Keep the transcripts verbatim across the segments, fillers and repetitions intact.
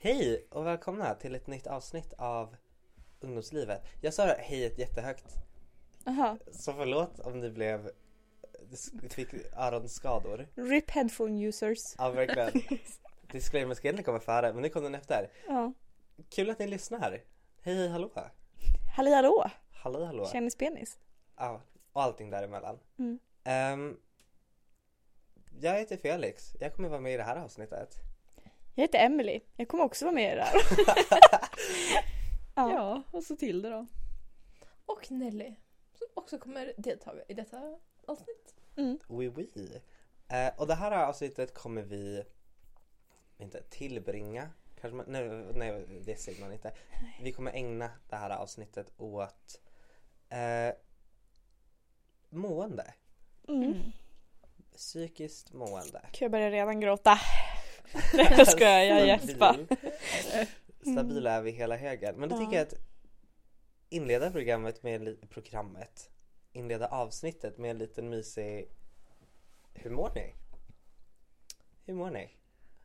Hej och välkomna till ett nytt avsnitt av Ungdomslivet. Jag sa hej jättehögt. Aha. Så förlåt om ni blev fick öronskador. Rip headphone users. Ja, verkligen. Disclaimer ska egentligen komma före, men det kom den efter. Ja. Kul att ni lyssnar. Hej, hej, hallå. Halli hallå. Halli hallå. Kännis penis. Ja, och allting däremellan. Mm. Um, jag heter Felix. Jag kommer vara med i det här avsnittet. Jag heter Emily. Jag kommer också vara med i det här. ja. ja, och så till det då. Och Nelly, som också kommer delta i detta avsnitt. Mm. Oui, oui. Uh, och det här avsnittet kommer vi inte tillbringa. Kanske man, nej, nej, det säger man inte. Vi kommer ägna det här avsnittet åt uh, mående. Mm. Psykiskt mående. Jag börjar redan gråta. Jag ska jag gäspa. Stabila är vi hela högen. Men då ja. tycker jag att inleda programmet med programmet. Inleda avsnittet med en liten mysig. Hur mår ni? Hur mår ni?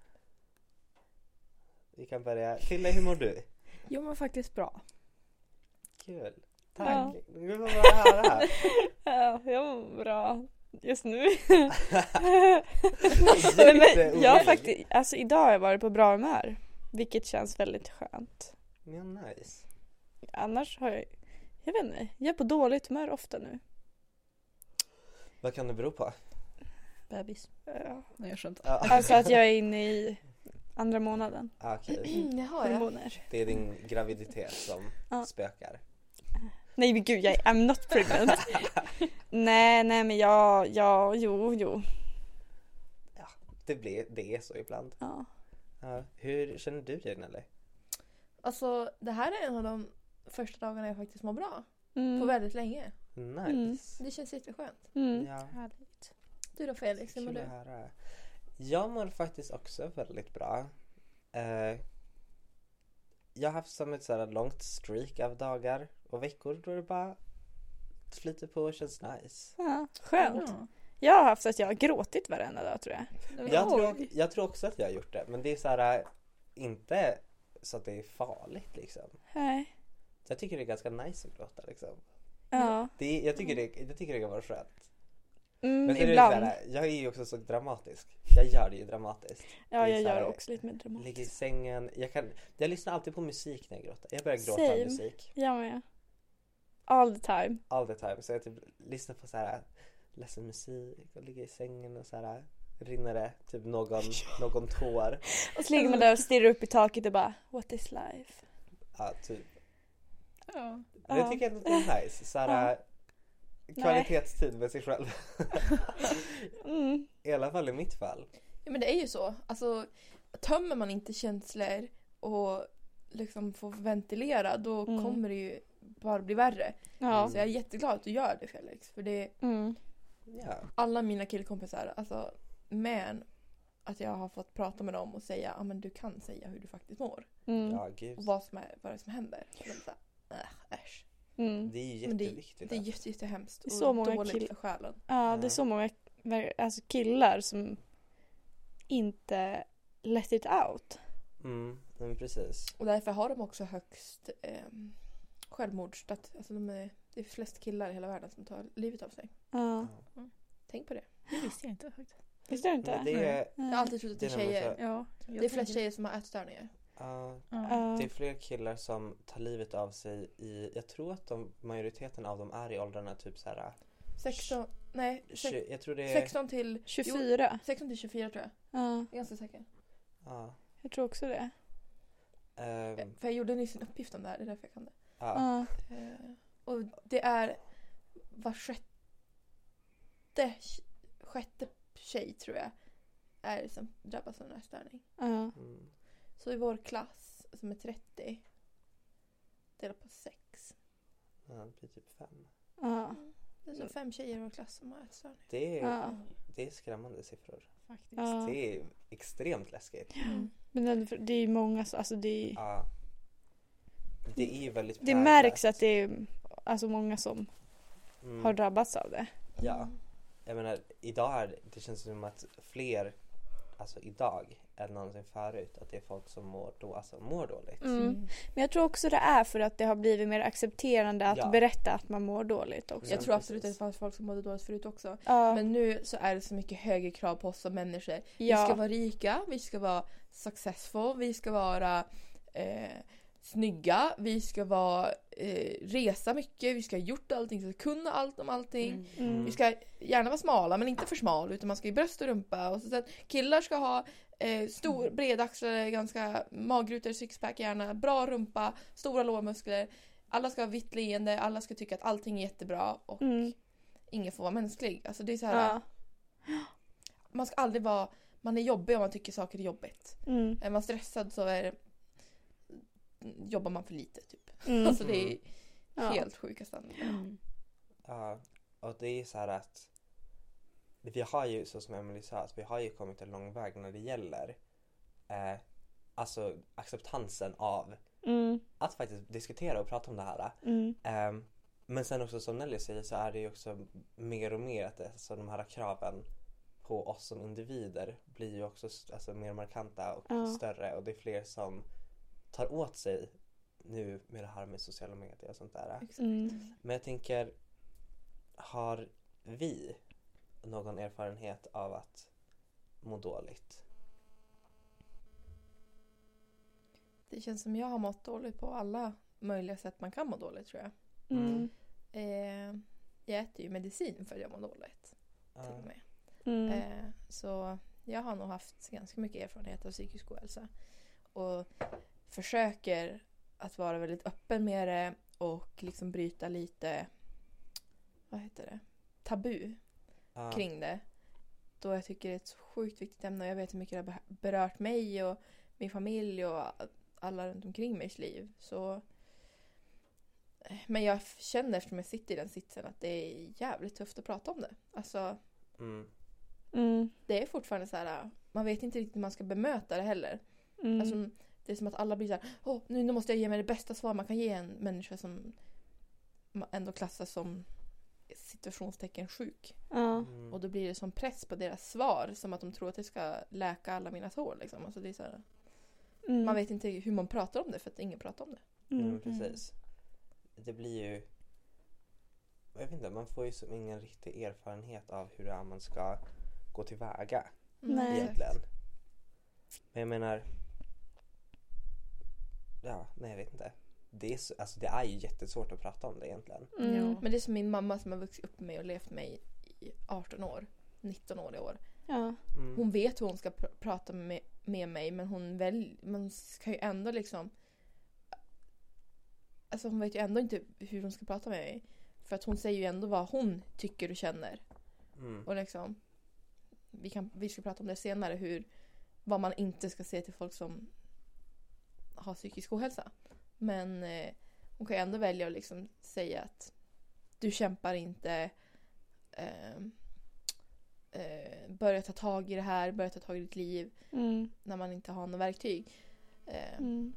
Vi kan börja. Fille, hur mår du? Jag mår faktiskt bra. Kul. Tack. Ja. Du får bara höra. Ja, jag mår bra. Just nu. Men, men jag har faktiskt, alltså idag har jag varit på bra humör. Vilket känns väldigt skönt. Ja, nice. Annars har jag, jag vet inte, jag är på dåligt humör ofta nu. Vad kan det bero på? Bebis. Ja. Nej, jag skämtar. Ja. Alltså att jag är inne i andra månaden. Okej. Det har jag. Hormoner. Det är din graviditet som Ja. spökar. Nej men gud, jag är I'm not pregnant. nej, nej men jag, jag, jo, jo. Ja, det, blir, det är så ibland. Ja. Ja. Hur känner du dig, Nelly? Alltså, det här är en av de första dagarna jag faktiskt mår bra. Mm. På väldigt länge. Nice. Det känns jätteskönt. Mm. Ja. Härligt. Du då Felix, hur mår Kul du? att höra. Jag mår faktiskt också väldigt bra. Eh, jag har haft som ett sådär långt streak av dagar och veckor då det bara flyter på och känns nice. Ja, skönt. Ja. Jag har haft att jag har gråtit varenda dag tror jag. Jag tror, jag tror också att jag har gjort det, men det är såhär inte så att det är farligt liksom. Nej. Så jag tycker det är ganska nice att gråta liksom. Ja. Det är, jag, tycker det, jag tycker det kan vara skönt. Mm, Men så är det ibland. såhär, jag är ju också så dramatisk. Jag gör det ju dramatiskt. Ja, det är jag så här, gör också lite mer dramatiskt. Ligger i sängen. Jag, kan, jag lyssnar alltid på musik när jag gråter. Jag börjar gråta Same. av musik. Jag med. All the time. All the time. Så jag typ lyssnar på så här ledsen musik och ligger i sängen och så här rinner det typ någon, någon tår. Och så ligger man där och stirrar upp i taket och bara, what is life? Ja, typ. Ja. Men jag tycker ändå att det är nice. Så här, kvalitetstid med sig själv. Mm. I alla fall i mitt fall. Ja, men det är ju så. Alltså, tömmer man inte känslor och liksom får ventilera, då Mm. kommer det ju bara bli värre. Ja. Så jag är jätteglad att du gör det, Felix. För det är Mm. Ja. alla mina killkompisar, alltså, men att jag har fått prata med dem och säga, ja men du kan säga hur du faktiskt mår. Mm. Ja, gud. Och vad som, är, vad det är som händer. Så de så här, äh, äsch. Mm. Det är ju Men det, jätteviktigt. det är att- jätte, jättehemskt Det är och så många dåligt kill- för själen. Ja, det är så många alltså killar som inte let it out. Mm, men precis. Och därför har de också högst eh, självmordsstat. Alltså de är, det är flest killar i hela världen som tar livet av sig. Ja. Tänk på det. Det visste jag inte faktiskt. Visste du inte? Men det är, Jag har alltid trott att det är Det är nämligen tjejer. så- Ja. Det är flest tjejer som har ätstörningar. ja, Ja. det är fler killar som tar livet av sig i, jag tror att de, majoriteten av dem är i åldrarna typ så här. sexton, nej, sex, tjugo, jag tror det är sexton till tjugofyra. Jo, sexton till tjugofyra tror jag. Ja, Jag är ganska säker. ja, jag tror också det. ehm, För jag gjorde nyss en uppgift om det här, det är därför jag kan det. ja, Ja. Eh, och det är var sjätte, sjätte tjej tror jag är som drabbas av den här störning. Ja. mm, Så i vår klass som är trettio delat på sex. ja, det blir typ fem. Ja. Det är så fem tjejer i vår klass som har ätstörning. Det är, Ja. det är skrämmande siffror. Faktiskt. Ja. Det är extremt läskigt. Mm. Men det, det är ju många, så- alltså det är, Ja. Det är ju väldigt det präglat. märks att det är alltså många som Mm. har drabbats av det. Ja. Jag menar, idag är det, det känns som att fler, alltså idag, än någonsin förut. Att det är folk som mår, då, alltså, mår dåligt. Mm. Mm. Men jag tror också det är för att det har blivit mer accepterande att Ja. berätta att man mår dåligt också. Jag Ja, tror absolut att precis. det fanns folk som mådde dåligt förut också. Ja. Men nu så är det så mycket högre krav på oss som människor. ja. Vi ska vara rika, vi ska vara successful, vi ska vara eh, snygga, vi ska vara, eh, resa mycket, vi ska ha gjort allting, vi ska kunna allt om allting. Mm. Vi ska gärna vara smala men inte för smal utan man ska ju bröst och rumpa. Och så sen, killar ska ha eh, stor, bredaxlade, ganska magrutor, sixpack gärna, bra rumpa, stora lårmuskler. Alla ska ha vitt leende, alla ska tycka att allting är jättebra och Mm. ingen får vara mänsklig. Alltså det är så här, Ja. man ska aldrig vara, man är jobbig om man tycker saker är jobbigt. Mm. Är man stressad så är det, jobbar man för lite typ. Mm. Alltså det är Ja. helt sjuka standarder. Mm. Ja, och det är så här att vi har ju, så som Emily sa, att vi har ju kommit en lång väg när det gäller eh, alltså acceptansen av Mm. att faktiskt diskutera och prata om det här. Mm. Eh, men sen också som Nelly säger så är det ju också mer och mer att det, så de här kraven på oss som individer blir ju också alltså, mer markanta och Ja. större, och det är fler som tar åt sig nu med det här med sociala medier och sånt där. Exakt. Mm. Men jag tänker, har vi någon erfarenhet av att må dåligt? Det känns som jag har mått dåligt på alla möjliga sätt man kan må dåligt tror jag. Mm. Eh, jag äter ju medicin för att jag mår dåligt. Till Ja. och med. Mm. Eh, så jag har nog haft ganska mycket erfarenhet av psykisk ohälsa. Och försöker att vara väldigt öppen med det och liksom bryta lite, vad heter det, tabu Ja. kring det. Då jag tycker det är ett så sjukt viktigt ämne och jag vet hur mycket det har berört mig och min familj och alla runt omkring mig liv. Så, men jag känner eftersom jag sitter i den sitsen att det är jävligt tufft att prata om det. Alltså, Mm. Mm. det är fortfarande så här, man vet inte riktigt hur man ska bemöta det heller. Mm. Alltså, det är som att alla blir så här, åh, nu, nu måste jag ge mig det bästa svar man kan ge en människa som man ändå klassas som situationstecken sjuk. Ja. Mm. Och då blir det som press på deras svar, som att de tror att det ska läka alla mina sår. Liksom. Alltså, det är så här, Mm. man vet inte hur man pratar om det för att ingen pratar om det. Mm, Mm. precis. Det blir ju, jag vet inte, man får ju som ingen riktig erfarenhet av hur det är man ska gå tillväga Nej. egentligen. Men jag menar, ja, nej jag vet inte. Det är, så, alltså, det är ju jättesvårt att prata om det egentligen. Mm. Ja. Men det är som min mamma som har vuxit upp med mig och levt med mig i arton år. nitton år i år. Ja. Mm. Hon vet hur hon ska pr- prata med, med mig men hon väl, man ska ju ändå liksom, alltså hon vet ju ändå inte hur hon ska prata med mig. För att hon säger ju ändå vad hon tycker och känner. Mm. Och liksom, vi, kan, vi ska prata om det senare, hur, vad man inte ska säga till folk som har psykisk ohälsa. Men eh, hon kan ju ändå välja att liksom säga att du kämpar inte, eh, eh, börja ta tag i det här, börja ta tag i ditt liv Mm. när man inte har något verktyg. Eh, Mm.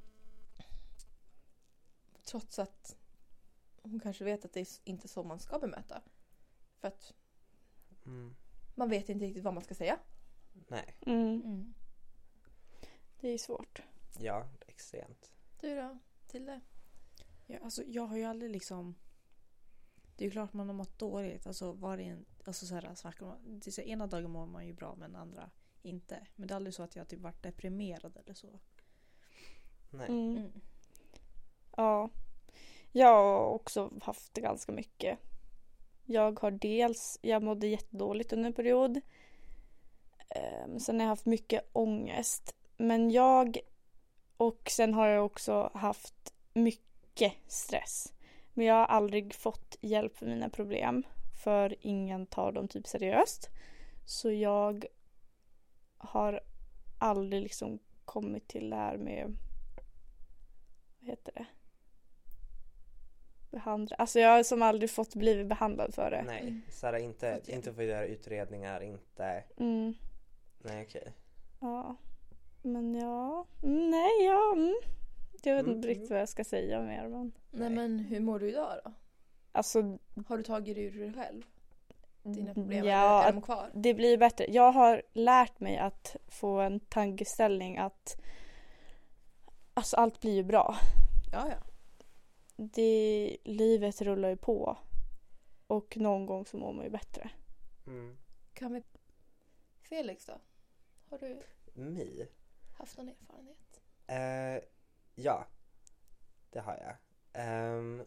Trots att hon kanske vet att det är inte så man ska bemöta. För att Mm. man vet inte riktigt vad man ska säga. Nej, Mm. Det är svårt. ja, extremt. Du då, Tilde? Ja, alltså, jag har ju aldrig liksom... Det är ju klart man har mått dåligt. Alltså, var det en, alltså, så här, snackar man, det är så här, ena dagen mår man ju bra men andra inte. Men det är aldrig så att jag typ varit deprimerad eller så. Nej. Mm. Mm. Ja. Jag har också haft det ganska mycket. Jag har dels, jag mådde jättedåligt under en period. Ehm, sen har jag haft mycket ångest. Men jag, och sen har jag också haft mycket stress. Men jag har aldrig fått hjälp för mina problem. För ingen tar dem typ seriöst. Så jag har aldrig liksom kommit till det här med, vad heter det? Behandla. Alltså jag har som aldrig fått blivit behandlad för det. Nej, Sara, inte, Fått hjälp. inte få göra utredningar, inte... Mm, Nej, okej. ja. Men ja. Mm, nej, ja. Mm. Jag vet Mm, inte riktigt mm. vad jag ska säga mer. Men... Nej Nej. men hur mår du idag då? Alltså, Har du tagit dig ur det själv? dina problem? Ja, eller är att de kvar? det blir bättre. Jag har lärt mig att få en tankeställning att alltså allt blir ju bra. Ja, ja. Det, livet rullar ju på. Och någon gång så mår man ju bättre. Mm. Kan vi... Felix då? Har du Mi? haft någon erfarenhet? Eh, ja, det har jag. Ehm,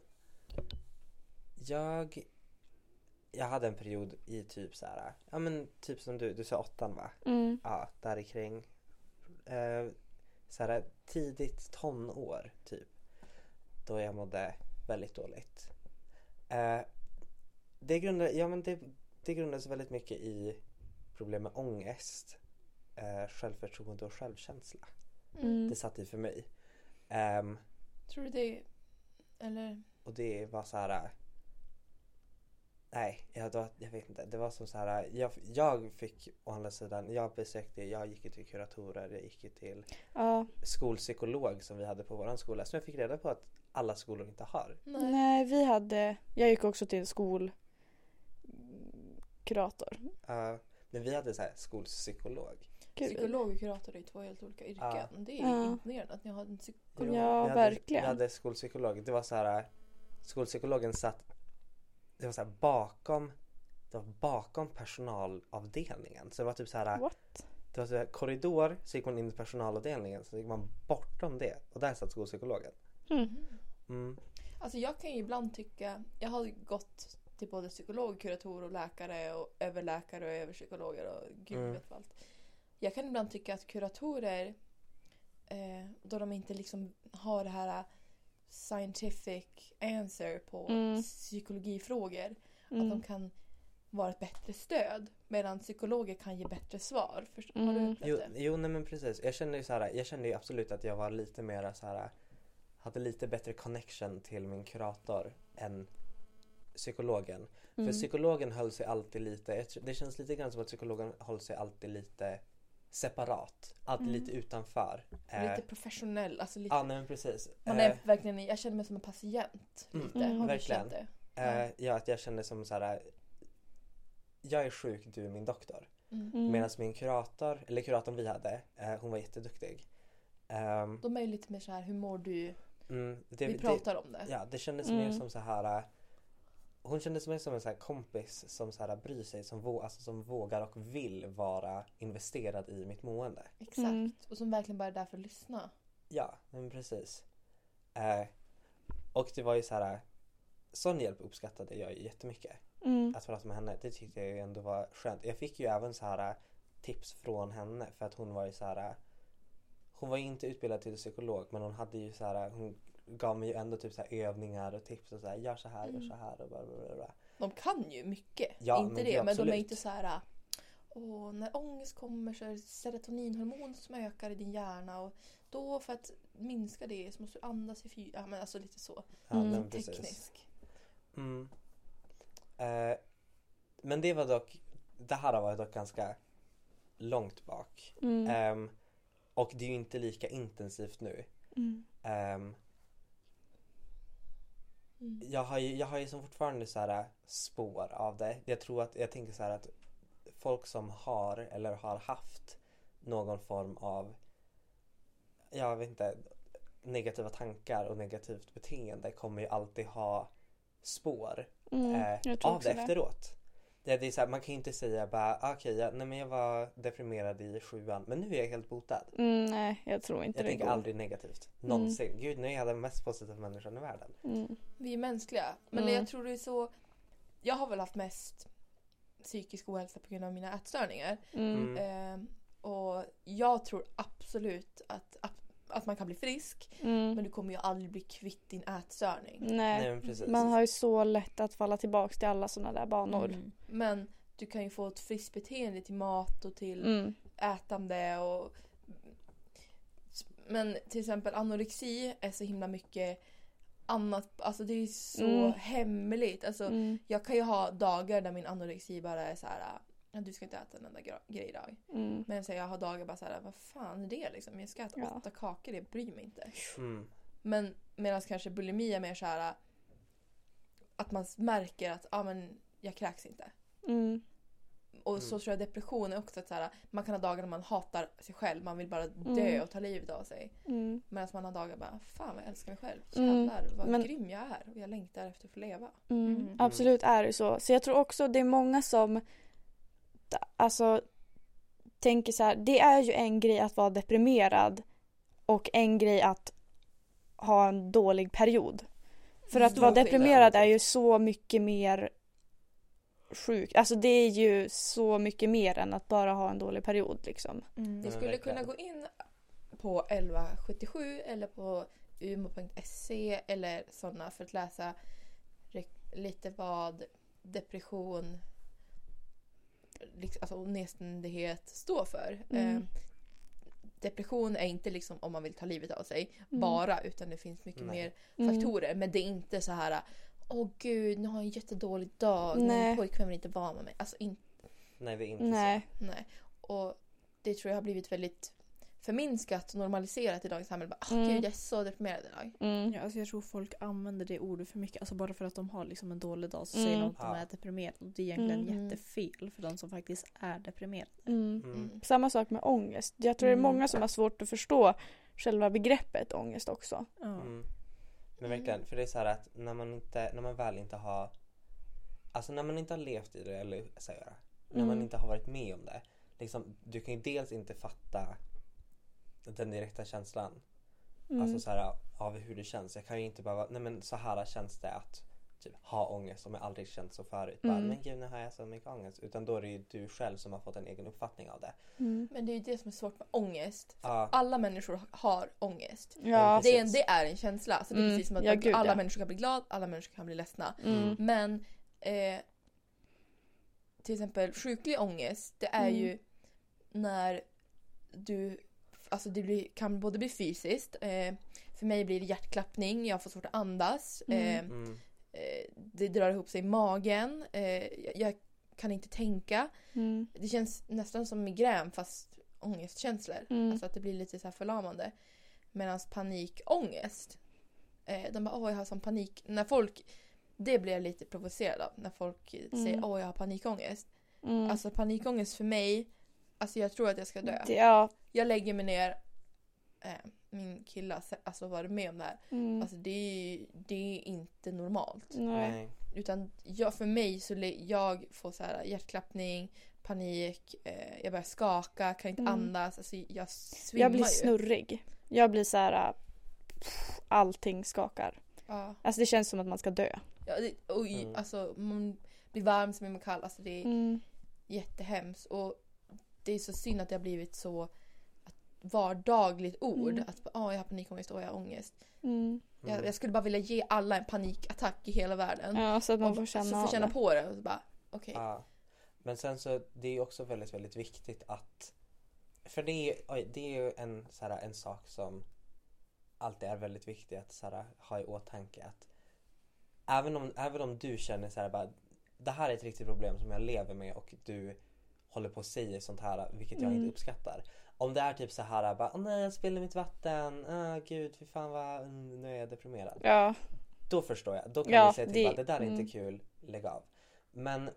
jag jag hade en period i typ så här, ja men typ som du, du sa åttan va? Mm. Ja, där kring eh, så här tidigt tonår typ. Då jag mådde väldigt dåligt. Eh, det grundar, ja men det, det grundas väldigt mycket i problem med ångest, eh, självförtroende och självkänsla. Mm. Det satt i för mig. Ehm, Tror du det... Eller... och det var så här. Nej, jag, då, jag vet inte. Det var som så här. Jag, jag fick å andra sidan, jag besökte, jag gick ju till kuratorer, jag gick ju till Ja. skolpsykolog som vi hade på våran skola. Som jag fick reda på att alla skolor inte har. Nej. Nej, vi hade... Jag gick också till skolkurator. Uh, men vi hade så här skolpsykolog. Kul. Psykolog och kurator är två helt olika yrken. Ja. Det är Ja. imponerande att ni har en psykolog. Ja, vi hade, verkligen. Vi hade skolpsykolog. Det var så här. Skolpsykologen satt, det var så här bakom, det var bakom personalavdelningen. Så det var typ så här. What? Det var så här korridor, så gick man in i personalavdelningen, så gick man bortom det. Och där satt skolpsykologen. Mm. Mm. Alltså jag kan ju ibland tycka... Jag har gått till både psykolog, kurator och läkare och överläkare och överpsykologer och gud Mm. vet vad allt. Jag kan ibland tycka att kuratorer, eh, då de inte liksom har det här scientific answer på Mm. psykologifrågor, att Mm. de kan vara ett bättre stöd, medan psykologer kan ge bättre svar. Förstår, Har du Mm. upplevt Jo, det? jo nej men precis. Jag kände ju så här, jag kände ju absolut att jag var lite mer så här, hade lite bättre connection till min kurator än psykologen. Mm. För psykologen höll sig alltid lite, jag tror- det känns lite grann som att psykologen höll sig alltid lite separat. Alltid Mm. lite utanför. Eh, Lite professionell, alltså lite... ja nej men precis. Man Eh, är verkligen, jag känner mig som en patient Mm, lite. mm, Har du verkligen. känt det? eh, ja, att jag kände som så här. Jag är sjuk, du är min doktor. Mm. Mm. Medan min kurator, eller kuratorn vi hade, eh, hon var jätteduktig. Ehm, De är ju lite mer så här, hur mår du? mm, det, Vi det, pratar om det. ja, det kändes Mm. mer som så här. äh, Hon kändes mer som en så här kompis som så här bryr sig, som, vå, alltså, som vågar och vill vara investerad i mitt mående. Exakt. Mm. Och som verkligen bara är där för att lyssna. Ja, men precis. Eh, och det var ju så här. Sån hjälp uppskattade jag ju jättemycket. Mm. Att prata med henne, det tyckte jag ju ändå var skönt. Jag fick ju även så här äh, tips från henne, för att hon var ju så här. äh, Hon var ju inte utbildad till psykolog, men hon hade ju så här. Hon gav mig ju ändå typ så här övningar och tips och så här, gör så här, gör Mm. så här och bara, bara, bara. De kan ju mycket. Ja, inte men det, det- men de är absolut. inte så här. Åh, när ångest kommer så är det serotoninhormon som ökar i din hjärna. Och då för att minska det så måste du andas i fyra. Ja, men alltså lite så. Ja, Mm. men precis. Teknisk. Mm. Eh, men det var dock, det här var dock ganska långt bak. Mm. Ehm, och det är ju inte lika intensivt nu. Mm. Ehm, Mm. jag har ju, jag har ju som fortfarande så här spår av det. Jag tror att, jag tänker så här att folk som har eller har haft någon form av, jag vet inte, negativa tankar och negativt beteende kommer ju alltid ha spår Mm. eh, Jag tror av också det det. efteråt. Det, det är så här, man kan ju inte säga bara, ah, okej, jag, nej men jag var deprimerad i sjuan, men nu är jag helt botad. Mm, nej, jag tror inte Jag det tänker går. aldrig negativt. Någonsin. Gud, nu är jag den mest positiva människan i världen. Mm. Vi är mänskliga. Men Mm. jag tror det är så. Jag har väl haft mest psykisk ohälsa på grund av mina ätstörningar. Mm. Mm. Eh, och jag tror absolut att, att, att man kan bli frisk. Mm. Men du kommer ju aldrig bli kvitt din ätstörning. Nej, Nej, men precis. man har ju så lätt att falla tillbaka till alla såna där banor. Mm. Men du kan ju få ett friskt beteende till mat och till Mm. ätande. Och... Men till exempel anorexi är så himla mycket annat. Alltså det är så Mm. hemligt. Alltså, Mm. jag kan ju ha dagar där min anorexi bara är så här. "Ja, du ska inte äta en enda gra- grej idag." Mm. Men så jag har dagar bara så här, vad fan är det liksom? Jag ska äta Ja. åtta kakor, det bryr mig inte. Mm. Men medan kanske bulimi är mer så här att man märker att ah, men jag kräks inte. Mm. Och så Mm. tror jag depression är också att så här, man kan ha dagar när man hatar sig själv. Man vill bara dö Mm. och ta livet av sig. Mm. Medan man har dagar bara, fan vad jag älskar mig själv. Mm. Jävlar vad Men- grym jag är. Och jag längtar efter att få leva. Mm. Mm. Absolut är det så. Så jag tror också det är många som alltså tänker så här, det är ju en grej att vara deprimerad och en grej att ha en dålig period. För att Stor vara skillnad. deprimerad är ju så mycket mer sjukt. Alltså det är ju så mycket mer än att bara ha en dålig period liksom. Mm. Ni men skulle verkligen. kunna gå in på elva sjuttiosju eller på umo punkt se eller sådana för att läsa re- lite vad depression, liksom, alltså nedstämdhet står för. Mm. Eh, depression är inte liksom om man vill ta livet av sig Mm. bara, utan det finns mycket Nej. mer Mm. faktorer. Men det är inte så här, åh gud, nu har jag en jättedålig dag, Nej. min pojkvän vill inte vara med mig. Alltså inte. Nej, det är inte Nej. Nej. Och det tror jag har blivit väldigt förminskat och normaliserat i dagens samhälle. Bara, åh Mm. gud, jag är så deprimerad idag. Mm. Ja, alltså jag tror folk använder det ordet för mycket. Alltså bara för att de har liksom en dålig dag så Mm. säger de att de Ja. är deprimerade. Och det är egentligen Mm. jättefel för de som faktiskt är deprimerade. Mm. så. Mm. Mm. Samma sak med ångest. Jag tror det är Mm. många som har svårt att förstå själva begreppet ångest också. Ja. Mm. Men verkligen, för det är så här att när man inte, när man väl inte har, alltså när man inte har levt i det, eller så här, när man Mm. inte har varit med om det, liksom, du kan ju dels inte fatta den direkta känslan, Mm. alltså så här, av hur det känns. Jag kan ju inte bara, nej men så här känns det att typ ha ångest, om jag aldrig känt så förut. Bara, Mm. men gud, nu har jag så mycket ångest. Utan då är det ju du själv som har fått en egen uppfattning av det. Mm. Men det är ju det som är svårt med ångest. Ja, Alla människor har ångest. Ja. Det är, en, Precis. det är en känsla. Så det är Mm. precis som att Ja, gud, alla ja. människor kan bli glada, alla människor kan bli ledsna. Mm. Men eh, till exempel sjuklig ångest, det är Mm. ju när du, alltså det blir, kan både bli fysiskt, eh, för mig blir det hjärtklappning, jag får svårt att andas, eh, Mm. mm. eh, det drar ihop sig i magen, eh, jag, jag kan inte tänka. Mm. Det känns nästan som migrän fast ångestkänslor. Mm. Alltså att det blir lite så här förlamande. Medan panikångest, eh, de bara åh jag har sån panik. När folk, det blir jag lite provocerad av. När folk säger Mm. åh jag har panikångest. Mm. Alltså panikångest för mig, alltså jag tror att jag ska dö. Det, ja. Jag lägger mig ner, eh, min kille har se- alltså varit med om det här. Mm. Alltså det är, det är inte normalt. Nej. Nej. Utan jag, för mig så le- jag får så här hjärtklappning, panik, eh, jag börjar skaka, kan inte Mm. andas, alltså jag svimmar Jag blir ju. snurrig. Jag blir så här. pff, allting skakar. Ja. Alltså det känns som att man ska dö. Ja, det, och, i- Mm. alltså man blir varm som man kall, alltså det är Mm. jättehemskt. Och det är så synd att det har blivit så att vardagligt ord. Mm. Att oh, jag har panikångest och jag har ångest. Mm. Jag, Mm. jag skulle bara vilja ge alla en panikattack i hela världen. Ja, så att man och får känna så av får känna det. på det och så bara okej. Ja. Men sen så, det är ju också väldigt, väldigt viktigt att, för det är, oj, det är ju en, så här, en sak som alltid är väldigt viktig att så här, ha i åtanke att även om, även om du känner så här, bara, det här är ett riktigt problem som jag lever med och du håller på att säga sånt här, vilket jag Mm. inte uppskattar. Om det är typ så här, bara, åh nej jag spiller mitt vatten, åh gud fy fan vad, mm, nu är jag deprimerad. Ja. Då förstår jag. Då kan Ja, vi säga till det- det, det där är mm. inte kul, lägg av. Men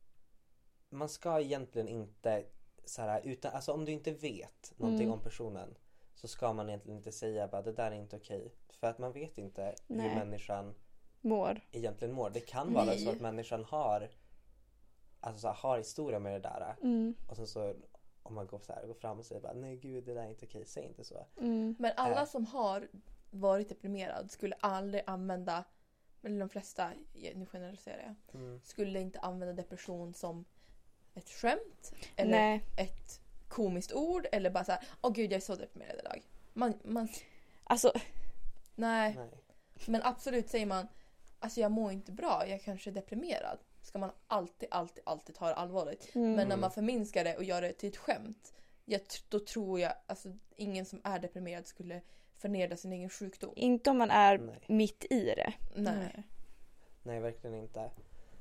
man ska egentligen inte så här, utan, alltså om du inte vet någonting Mm. om personen så ska man egentligen inte säga bara det där är inte okej. För att man vet inte Nej. hur människan Mår. egentligen mår. Det kan vara Nej. så att människan har alltså så här, har historia med det där Mm. och sen så om man går så här, går fram och säger bara nej gud det där är inte okej, säg inte så. Mm. Men alla Äh. som har varit deprimerad skulle aldrig använda, eller de flesta, nu generaliserar jag, Mm. skulle inte använda depression som ett skämt eller Nej. ett komiskt ord eller bara så här, åh gud jag är så deprimerad idag. Man, man, Alltså. nej. Nej. Men absolut säger man, alltså jag mår inte bra, jag kanske är deprimerad. Ska man alltid, alltid, alltid ta det allvarligt. Mm. Men när man förminskar det och gör det till ett skämt, jag, tr- då tror jag, alltså ingen som är deprimerad skulle förnedra sin egen sjukdom. Inte om man är Nej. mitt i det. Nej. Nej, verkligen inte.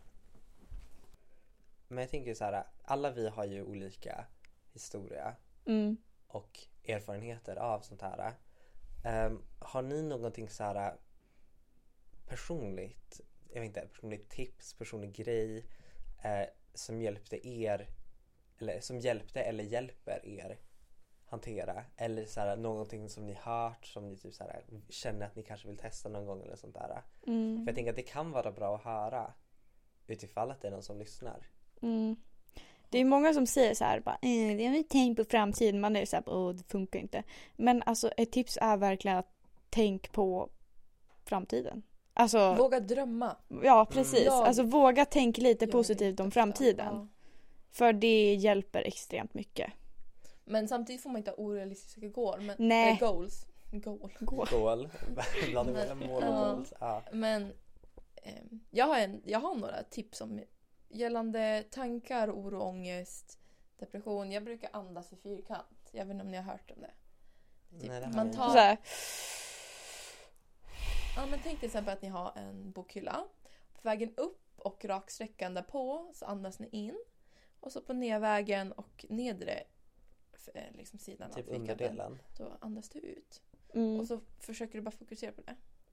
Men jag tänker så här, alla vi har ju olika historia Mm. och erfarenheter av sånt här. Ehm, har ni någonting så här personligt, jag vet inte, personligt tips, personlig grej, eh, som hjälpte er eller som hjälpte eller hjälper er hantera, eller så här, någonting som ni hört som ni typ så här, känner att ni kanske vill testa någon gång eller sånt där. Mm. För jag tänker att det kan vara bra att höra utifall att det är någon som lyssnar. Mm. Det är många som säger så här, bara, eh, det är ett tänk på framtiden. Man är så här, åh, det funkar inte. Men alltså ett tips är verkligen att tänk på framtiden. Alltså, Våga drömma. ja, precis. Jag- Alltså våga tänka lite Gör positivt det om ofta. framtiden. Ja. För det hjälper extremt mycket. Men samtidigt får man inte ha orealistiska mål. Men, Nej. eller goals. Goal. Gå. Mål. Ibland mellan mål och Ja. goals. Ja. Men ehm, jag, har en, jag har några tips om gällande tankar, oro, ångest, depression. Jag brukar andas i fyrkant. Jag vet inte om ni har hört om det. Typ, Nej, det har man jag tar- Så här, Ja, men tänk till exempel att ni har en bokhylla. På vägen upp och raksträckan därpå så andas ni in. Och så på nedvägen och nedre eh, liksom sidan Typ av fyrkanten, underdelen. då andas du ut. mm. Och så försöker du bara fokusera på det.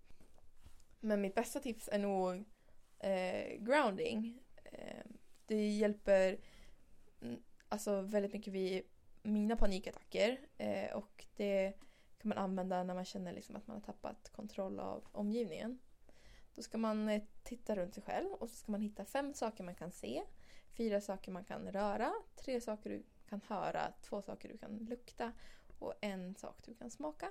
Men mitt bästa tips är nog eh, grounding. Eh, det hjälper mm, alltså väldigt mycket vid mina panikattacker. Eh, och det kan man använda när man känner liksom att man har tappat kontroll av omgivningen. Då ska man eh, titta runt sig själv och så ska man hitta fem saker man kan se. Fyra saker man kan röra. Tre saker du kan höra. Två saker du kan lukta. Och en sak du kan smaka.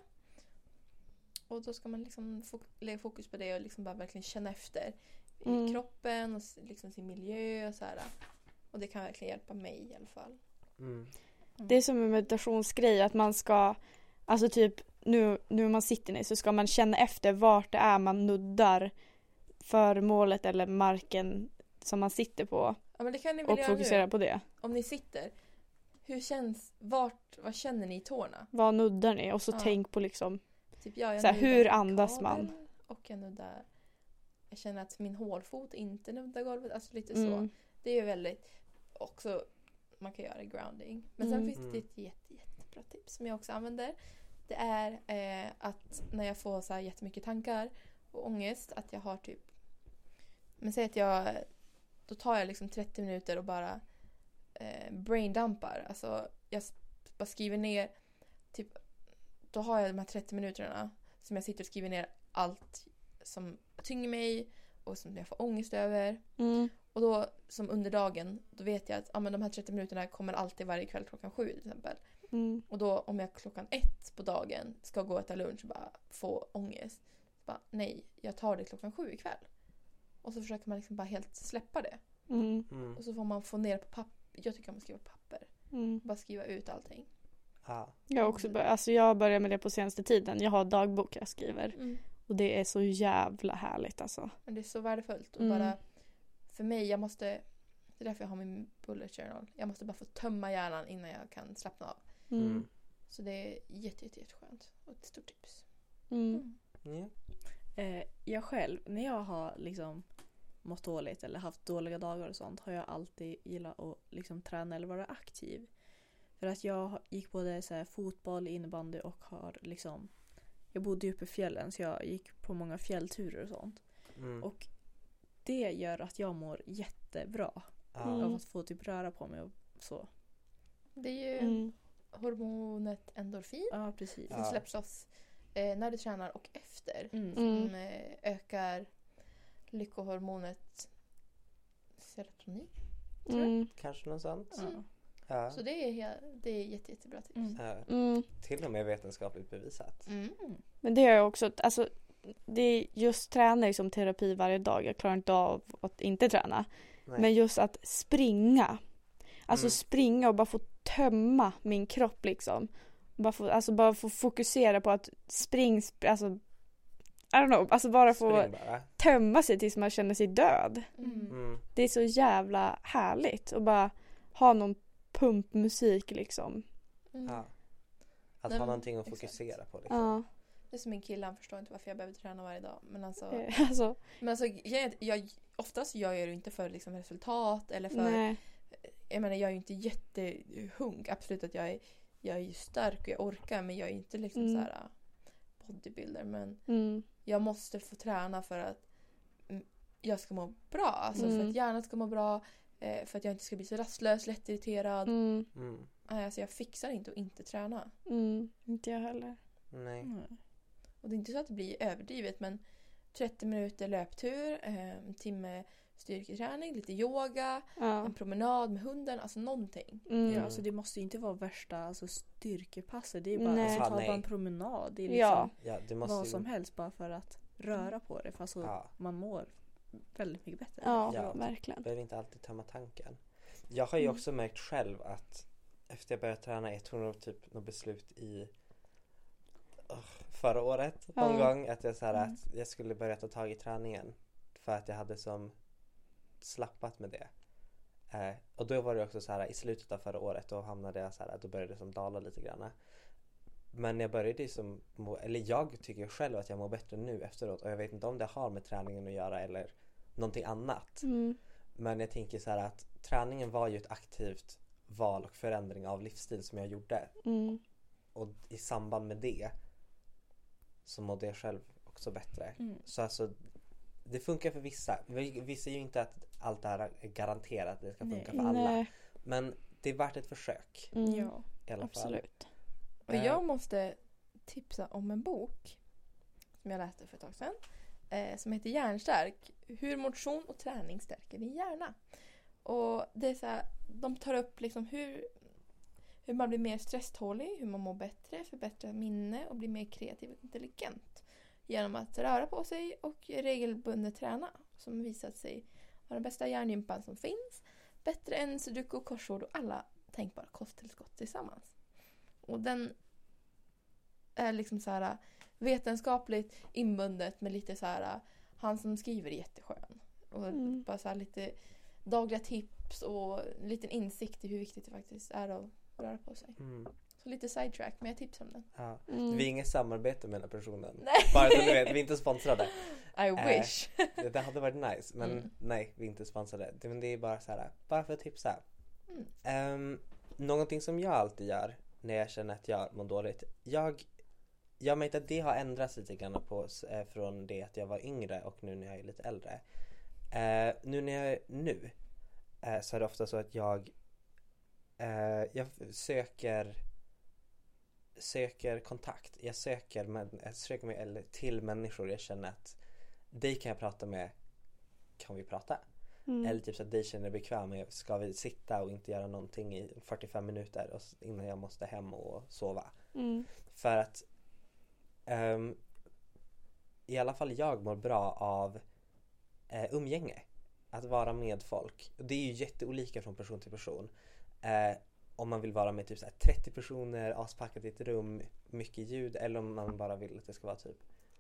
Och då ska man liksom fok- lägga fokus på det och liksom bara verkligen känna efter i Mm. kroppen och s- liksom sin miljö och så här. Och det kan verkligen hjälpa mig i alla fall. Mm. Det är som en meditationsgrej att man ska, alltså typ nu, nu man sitter ner så ska man känna efter vart det är man nuddar föremålet eller marken som man sitter på Ja, men det kan ni väl och göra fokusera nu. på det. Om ni sitter. Hur känns, vart, vad känner ni i tårna? Vad nuddar ni? Och så Ja. tänk på liksom, Typ jag, jag Så här, nuddar hur en andas kabel man? Och jag nuddar, jag känner att min hålfot inte nuddar golvet. Alltså lite så. mm, Det är väldigt, också, man kan göra grounding. Men sen Mm. finns det ett jätte, jättebra tips som jag också använder. Det är eh, att när jag får så här jättemycket tankar och ångest, att jag har typ, men säg att jag, då tar jag liksom trettio minuter och bara eh, braindumpar. Alltså jag s- bara skriver ner, typ, då har jag de här trettio minuterna som jag sitter och skriver ner allt som tynger mig och som jag får ångest över. mm, Och då, som under dagen, då vet jag att ah, men de här trettio minuterna kommer alltid varje kväll klockan sju till exempel. mm, Och då om jag klockan ett på dagen ska gå och äta lunch och bara få ångest. Så bara, nej, jag tar det klockan sju ikväll. Och så försöker man liksom bara helt släppa det. mm, Mm. Och så får man få ner på papper. Jag tycker om att skriva på papper. mm. Bara skriva ut allting. Ja. Jag har också bör- alltså jag börjar med det på senaste tiden. Jag har dagbok jag skriver. Mm. Och det är så jävla härligt alltså. Men det är så värdefullt. Och Mm. bara, för mig, jag måste, det är därför jag har min bullet journal. Jag måste bara få tömma hjärnan innan jag kan slappna av. Mm. Mm. Så det är jätte, jätte, jätteskönt. Och ett stort tips. Mm. Ja. Eh, jag själv, när jag har liksom mått dåligt eller haft dåliga dagar och sånt, har jag alltid gillat att liksom träna eller vara aktiv. För att jag gick både så här fotboll, innebandy och har liksom, jag bodde ju uppe i fjällen så jag gick på många fjällturer och sånt. Mm. Och det gör att jag mår jättebra Ja. Mm. av att få typ röra på mig och så. Det är ju Mm. hormonet endorfin Ja, precis. Ja. som släpps oss eh, när du tränar och efter. Mm. Mm. Som eh, ökar lyckohormonet serotonin. Mm. Kanske något sånt. Ja. Ja. Så det är, he- det är jätte, jättebra tips. Mm. Ja. Mm. Till och med vetenskapligt bevisat. Mm. Men det har jag också, alltså det är just träna som terapi varje dag. Jag klarar inte av att inte träna. Nej. Men just att springa. Alltså Mm. springa och bara få tömma min kropp liksom. Bara få, alltså bara få fokusera på att spring, sp- alltså I don't know, alltså bara få Spring bara. tömma sig tills man känner sig död. Mm. Mm. Det är så jävla härligt och bara ha någon pumpmusik liksom. Mm. Ja. Att Nej, ha men någonting att exakt. fokusera på. Liksom. Ja. Det är som min kille, han förstår inte varför jag behöver träna varje dag. Men alltså, Eh, Alltså, men alltså jag, jag, oftast gör jag det inte för liksom, resultat eller för, nej. jag menar jag är ju inte jättehung. Absolut att jag är, jag är ju stark och jag orkar, men jag är inte liksom Mm. så här uh, bodybuilder. Men Mm. jag måste få träna för att mm, jag ska må bra. Alltså för Mm. att hjärnan ska må bra. Eh, för att jag inte ska bli så rastlös, lättirriterad. Mm. Mm. Nej, alltså jag fixar inte att inte träna. Mm. Inte jag heller. Nej. Mm. Och det är inte så att det blir överdrivet, men trettio minuter löptur, eh, en timme styrketräning, lite yoga, Ja. en promenad med hunden, alltså någonting. Mm. Ja, alltså det måste ju inte vara värsta alltså, styrkepasset. Det är bara Nej. alltså, Fan, ta nej. bara en promenad. Det är liksom Ja. Ja, det måste vad ju... som helst bara för att röra på det. För alltså, Ja. man mår väldigt mycket bättre. Ja, Ja. verkligen. Behöver inte alltid tömma tanken. Jag har ju Mm. också märkt själv att efter jag började träna, jag tog nog typ något beslut i uh, förra året någon Ja. gång att jag, så här, Mm. att jag skulle börja ta tag i träningen för att jag hade som slappat med det. Eh, och då var det också så här i slutet av förra året då hamnade jag så här, då började det som dala lite grann. Men jag började ju som må, eller jag tycker själv att jag mår bättre nu efteråt och jag vet inte om det har med träningen att göra eller någonting annat. Mm. Men jag tänker så här att träningen var ju ett aktivt val och förändring av livsstil som jag gjorde. Mm. Och i samband med det så mådde jag själv också bättre. Mm. Så alltså, det funkar för vissa. Vi, vi säger ju inte att allt det här är garanterat att det ska funka Nej. för alla. Nej. Men det är värt ett försök Mm. Ja. i alla fall. Absolut. Och Eh. jag måste tipsa om en bok som jag läste för ett tag sedan. Eh, som heter Hjärnstark. Hur motion och träning stärker din hjärna. Och det är så här, de tar upp liksom hur, hur man blir mer stresstålig, hur man mår bättre, förbättrar minne och blir mer kreativ och intelligent. Genom att röra på sig och regelbundet träna. Som visat sig vara den bästa hjärngympan som finns. Bättre än sudoku, korsord och alla tänkbara kosttillskott tillsammans. Och den är liksom så här vetenskapligt inbundet med lite så här, han som skriver är jätteskön. Och Mm. bara så här lite dagliga tips och en liten insikt i hur viktigt det faktiskt är att röra på sig. Mm. Så lite sidetrack, men jag tipsar om den. Ja. Mm. Vi är inget samarbete med den här personen. Nej. Bara så du vet, vi är inte sponsrade. I Eh, wish. Det, det hade varit nice, men Mm. nej, vi är inte sponsrade. Det, men det är bara så här, bara för att tipsa. Mm. Ehm, någonting som jag alltid gör när jag känner att jag mår dåligt. Jag, jag märkt att det har ändrats lite grann på, eh, från det att jag var yngre och nu när jag är lite äldre. Eh, nu när jag är nu eh, så är det ofta så att jag eh, jag söker söker kontakt. Jag söker, men, jag söker mig eller till människor jag känner att dig kan jag prata med, kan vi prata? Mm. Eller typ så att dig känner dig bekväm med, ska vi sitta och inte göra någonting i fyrtiofem minuter och, s- innan jag måste hem och sova. Mm. För att ehm, i alla fall jag mår bra av eh, umgänge. Att vara med folk. Och det är ju jätteolika från person till person. Eh, om man vill vara med typ så här trettio personer, aspackat i ett rum, mycket ljud. Eller om man bara vill att det ska vara typ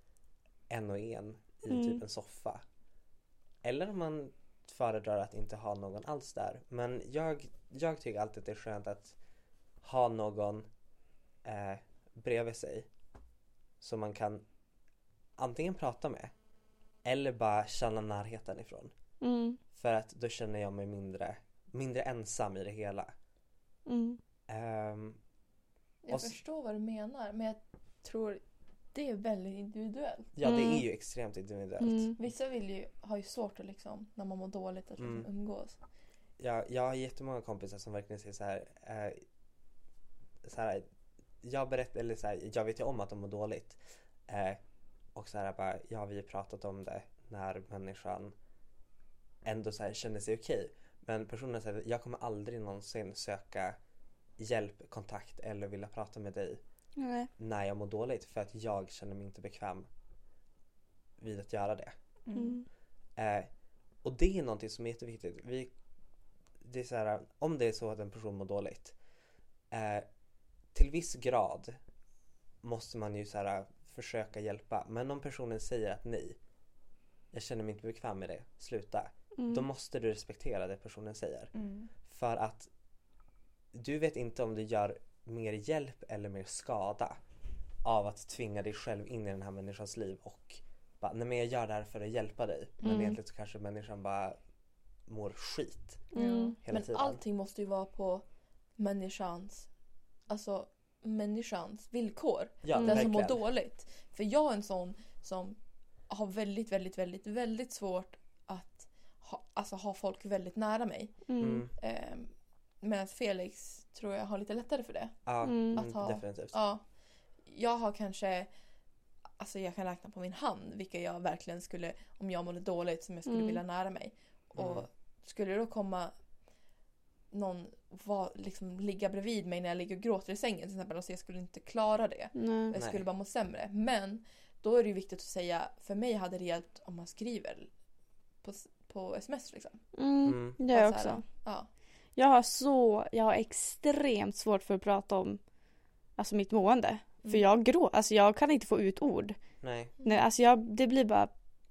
en och en i Mm. typ en soffa. Eller om man föredrar att inte ha någon alls där. Men jag, jag tycker alltid att det är skönt att ha någon eh, bredvid sig som man kan antingen prata med eller bara känna närheten ifrån. Mm. För att då känner jag mig mindre, mindre ensam i det hela. Mm. Ehm, Jag och s- förstår vad du menar, men jag tror det är väldigt individuellt. ja, det Mm. är ju extremt individuellt. Mm. Vissa vill ju, har ju svårt att liksom, när man mår dåligt, att liksom Mm. umgås. Jag, jag har jättemånga kompisar som verkligen säger så här, eh, så här jag berättar, eller så här, jag vet ju om att de mår dåligt. Eh, och så här bara, ja, vi har pratat om det när människan ändå så här känner sig okej. Men personen säger, jag kommer aldrig någonsin söka hjälp, kontakt eller vilja prata med dig Nej. när jag mår dåligt, för att jag känner mig inte bekväm vid att göra det. Mm. Eh, och det är någonting som är jätteviktigt. Vi, det är så här, om det är så att en person mår dåligt, eh, till viss grad måste man ju så här, försöka hjälpa. Men om personen säger att nej, jag känner mig inte bekväm med det, sluta. Mm. Då måste du respektera det personen säger. Mm. För att du vet inte om du gör mer hjälp eller mer skada av att tvinga dig själv in i den här människans liv och bara, nej men jag gör det här för att hjälpa dig. Men Mm. egentligen så kanske människan bara mår skit Mm. hela Men tiden. allting måste ju vara på människans, alltså människans villkor. Ja, Mm. Den som verkligen. mår dåligt. För jag är en sån som har väldigt, väldigt, väldigt, väldigt svårt att ha, alltså, ha folk väldigt nära mig. Mm. Mm. Eh, medan Felix tror jag har lite lättare för det. Ja, Mm. mm, Att ha- definitivt. Ja, jag har kanske, alltså jag kan räkna på min hand vilka jag verkligen skulle, om jag mådde dåligt, som jag skulle Mm. vilja nära mig. Och Mm. skulle det då komma någon var, liksom, ligga bredvid mig när jag ligger och gråter i sängen till exempel, alltså jag skulle inte klara det. Nej. Jag Nej. skulle bara må sämre. Men då är det ju viktigt att säga, för mig hade det hjälpt om man skriver på, på sms liksom. Mm. Mm. Det gör jag Bara så här, också. Ja. Jag har så, jag har extremt svårt för att prata om alltså mitt mående. För Mm. jag grå, alltså jag kan inte få ut ord. Nej. Nej, alltså jag, det blir bara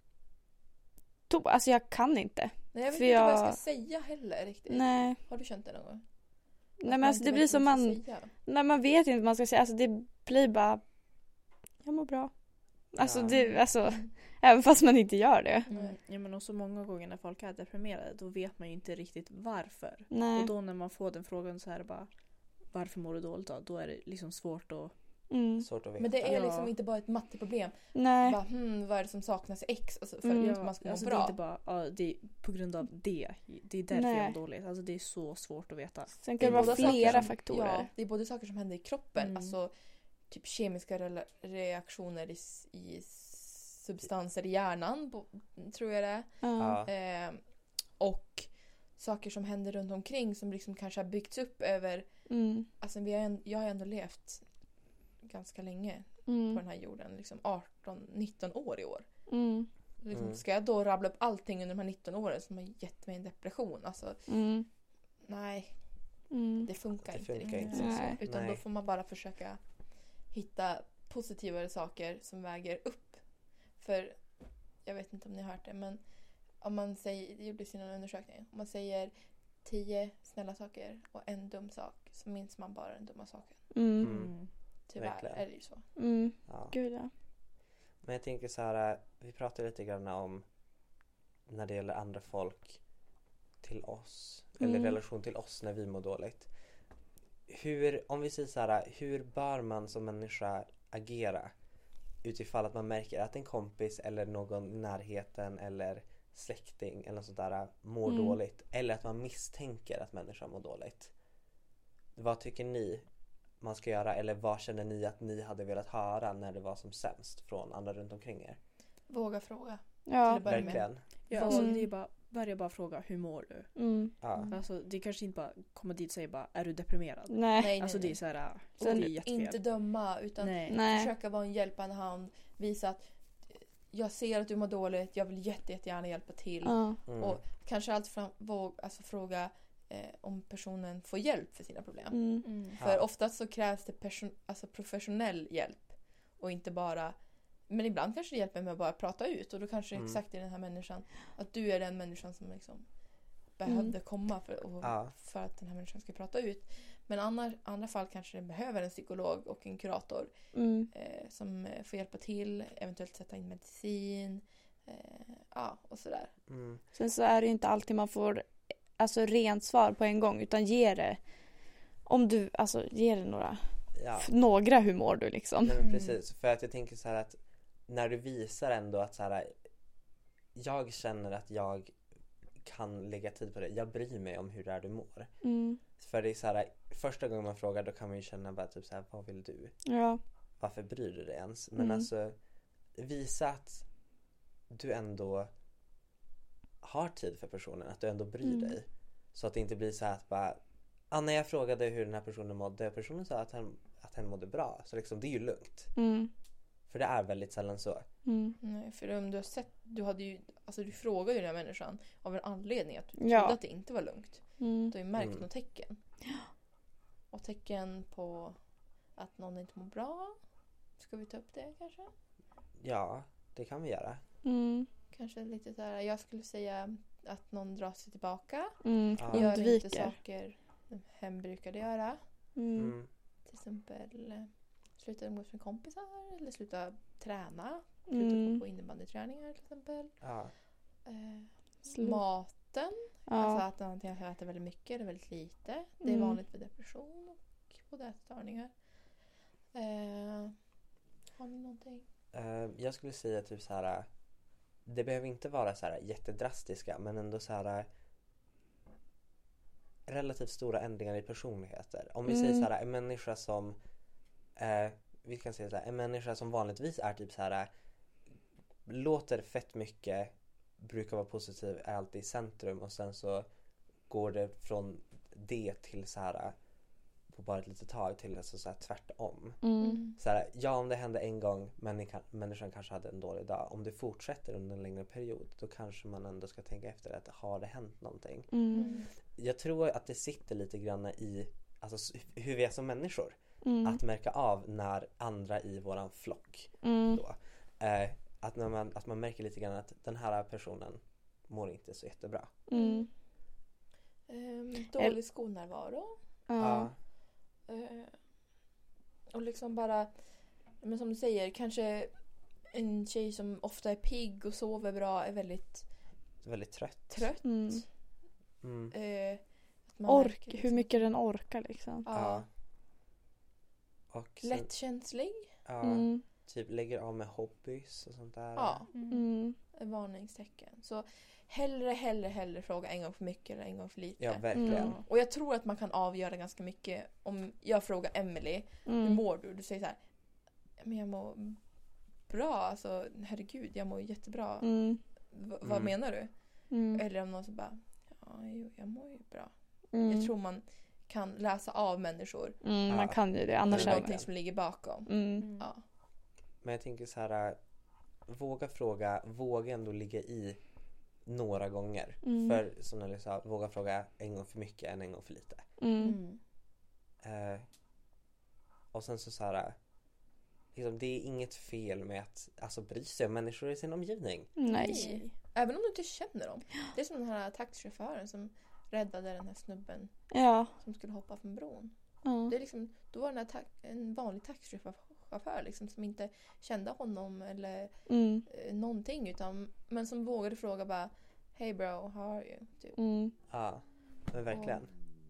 to, alltså jag kan inte. Nej, jag vet För inte vad jag jag- ska säga heller riktigt. Nej, Har du känt det någon gång? nej Att men man alltså inte det blir vet som vad man, ska säga? nej man vet inte vad man ska säga, alltså det blir bara, jag mår bra. Alltså Ja. det, alltså, Mm. även fast man inte gör det. Mm. Ja, men också många gånger när folk är deprimerade då vet man ju inte riktigt varför. Nej. Och då när man får den frågan så här bara varför mår du dåligt då? Då är det liksom svårt att... Mm. Svårt att veta. Men det är Ja. liksom inte bara ett matteproblem. Nej. Bara, hmm, vad är det som saknas i X? Alltså, för Mm. att man ska må alltså, det är bra. inte bara ja, det är på grund av det. Det är därför Nej. jag mår dåligt. Alltså det är så svårt att veta. Sen Det är kan det vara båda saker flera som- faktorer. Ja, det är både saker som händer i kroppen, Mm. alltså typ kemiska rela- reaktioner i, s- i substanser i hjärnan, på, tror jag det är. Ja. Ja. Eh, och saker som händer runt omkring som liksom kanske har byggts upp över, Mm. alltså vi har, en- jag har ändå levt ganska länge på Mm. den här jorden, liksom arton nitton år i år. Mm. Liksom, Mm. ska jag då rabbla upp allting under de här nitton åren som har gett mig en depression? Alltså, Mm. nej, Mm. det funkar Det inte funkar riktigt inte så. Nej. Utan Nej. då får man bara försöka hitta positivare saker som väger upp. För, jag vet inte om ni har hört det, men om man säger, det gjordes i någon undersökning, om man säger tio snälla saker och en dum sak så minns man bara den dumma saken. Mm. Mm. Tyvärr Verkligen. är det ju så. Mm. Ja. Gud ja. Men jag tänker så här, vi pratar lite grann om när det gäller andra folk till oss. Mm. Eller relation till oss när vi mår dåligt. Hur, om vi säger så här, hur bör man som människa agera utifall att man märker att en kompis eller någon i närheten eller släkting eller något sånt där mår Mm. dåligt. Eller att man misstänker att människan mår dåligt. Vad tycker ni man ska göra? Eller vad känner ni att ni hade velat höra när det var som sämst från andra runt omkring er? Våga fråga. Ja. Till att börja med. Verkligen. Ja, alltså, Mm. det är bara, börja bara fråga hur mår du? Mm. Ja. Alltså, det är kanske inte bara komma dit och säga bara är du deprimerad? Nej. Nej, nej, Alltså det är nej. så här, Sen- det är jättefel. Inte döma utan Nej. Nej. försöka vara en hjälpande hand. Visa att eh, jag ser att du mår dåligt, jag vill jätte, jättegärna hjälpa till. Ja. Mm. Och kanske allt fram, våg, alltså fråga eh, om personen får hjälp för sina problem. Mm. Mm. Ja. För oftast så krävs det person, alltså professionell hjälp. Och inte bara... Men ibland kanske det hjälper med att bara prata ut. Och då kanske Mm. exakt är den här människan. Att du är den människan som liksom behövde komma för, och, Ja. för att den här människan ska prata ut. Men andra, andra fall kanske den behöver en psykolog och en kurator. Mm. Eh, som eh, får hjälpa till. Eventuellt sätta in medicin. Eh, ja, och sådär. Mm. Sen så är det ju inte alltid man får alltså rent svar på en gång utan ge det om du alltså ger det några Ja. f- några hur mår du liksom. Nej, men Mm. precis. För att jag tänker så här att när du visar ändå att så här, jag känner att jag kan lägga tid på det. Jag bryr mig om hur det är du mår. Mm. För det är så här, första gången man frågar då kan man ju känna bara typ så här, vad vill du? Ja. Varför bryr du dig ens? Men Mm. alltså visa att du ändå har tid för personen, att du ändå bryr Mm. dig. Så att det inte blir så här att bara ah, när jag frågade hur den här personen mådde, personen sa att han, att han mådde bra. Så liksom det är ju lugnt. Mm. För det är väldigt sällan så. Mm. Nej, för om du har sett, du hade ju, alltså du frågade ju den här människan av en anledning att du Ja. trodde att det inte var lugnt. Mm. Du har ju märkt Mm. något tecken. Och tecken på att någon inte mår bra. Ska vi ta upp det kanske? Ja, det kan vi göra. Mm. Kanske lite så här, jag skulle säga att någon drar sig tillbaka. Mm. Ja. Gör inte Undviker. saker hen brukade göra. Mm. Mm. Till exempel eh, sluta umgås med kompisar eller sluta träna. Sluta Mm. gå på innebandyträningar till exempel. Ja. Eh, Slut. maten. Alltså Ja. att antingen äter väldigt mycket eller väldigt lite. Det är Mm. vanligt vid depression och både ätstörningar. Eh, har ni någonting? Eh, jag skulle säga typ så här. det behöver inte vara så här jättedrastiska, men ändå så här relativt stora ändringar i personligheter. Om vi Mm. säger så här, en människa som eh, vi kan säga så här, en människa som vanligtvis är typ så här, låter fett mycket, brukar vara positiv, är alltid i centrum, och sen så går det från det till så här på bara ett litet tag till alltså så här tvärtom. Mm. Så här, ja, om det hände en gång, människan, människan kanske hade en dålig dag. Om det fortsätter under en längre period, då kanske man ändå ska tänka efter att har det hänt någonting. Mm. Jag tror att det sitter lite grann i alltså, hur vi är som människor. Mm. Att märka av när andra i våran flock Mm. då, eh, att, när man, att man märker lite grann att den här personen mår inte så jättebra. Mm. Ehm, dålig skolnärvaro. Ja. Eh, och liksom bara, men som du säger, kanske en tjej som ofta är pigg och sover bra är väldigt Väldigt trött. trött. Mm. Mm. Eh, att man Ork, märker hur liksom- mycket den orkar liksom. Ja. Ja. Och sen, Lättkänslig. ja, Mm. typ lägger av med hobbys och sånt där. Ja, Mm. ett varningstecken. Så hellre, hellre, hellre fråga en gång för mycket eller en gång för lite. Ja, verkligen. Mm. Och jag tror att man kan avgöra ganska mycket om jag frågar Emily, hur Mm. mår du? Du säger så här, men jag mår bra, alltså herregud, jag mår jättebra. Mm. V- vad Mm. menar du? Mm. Eller om någon så bara, ja, jo, jag mår ju bra. Mm. Jag tror man kan läsa av människor. Mm, man Ja. kan ju det, Annars annars är det är någonting det. som ligger bakom. Mm. Ja. Men jag tänker så här, äh, våga fråga, våga ändå ligga i några gånger. Mm. För som jag sa, våga fråga en gång för mycket än en gång för lite. Mm. Eh, och sen så så här, äh, liksom, det är inget fel med att alltså, bry sig om människor i sin omgivning. Nej. Även om du inte känner dem. Det är som den här taxichauffören som räddade den här snubben Ja. som skulle hoppa från bron. Ja. Det är liksom, då var den här ta- en vanlig taxichaufför liksom, som inte kände honom eller Mm. eh, någonting, utan, men som vågade fråga bara, hey bro, how are you? Typ. Mm. Ja, men verkligen.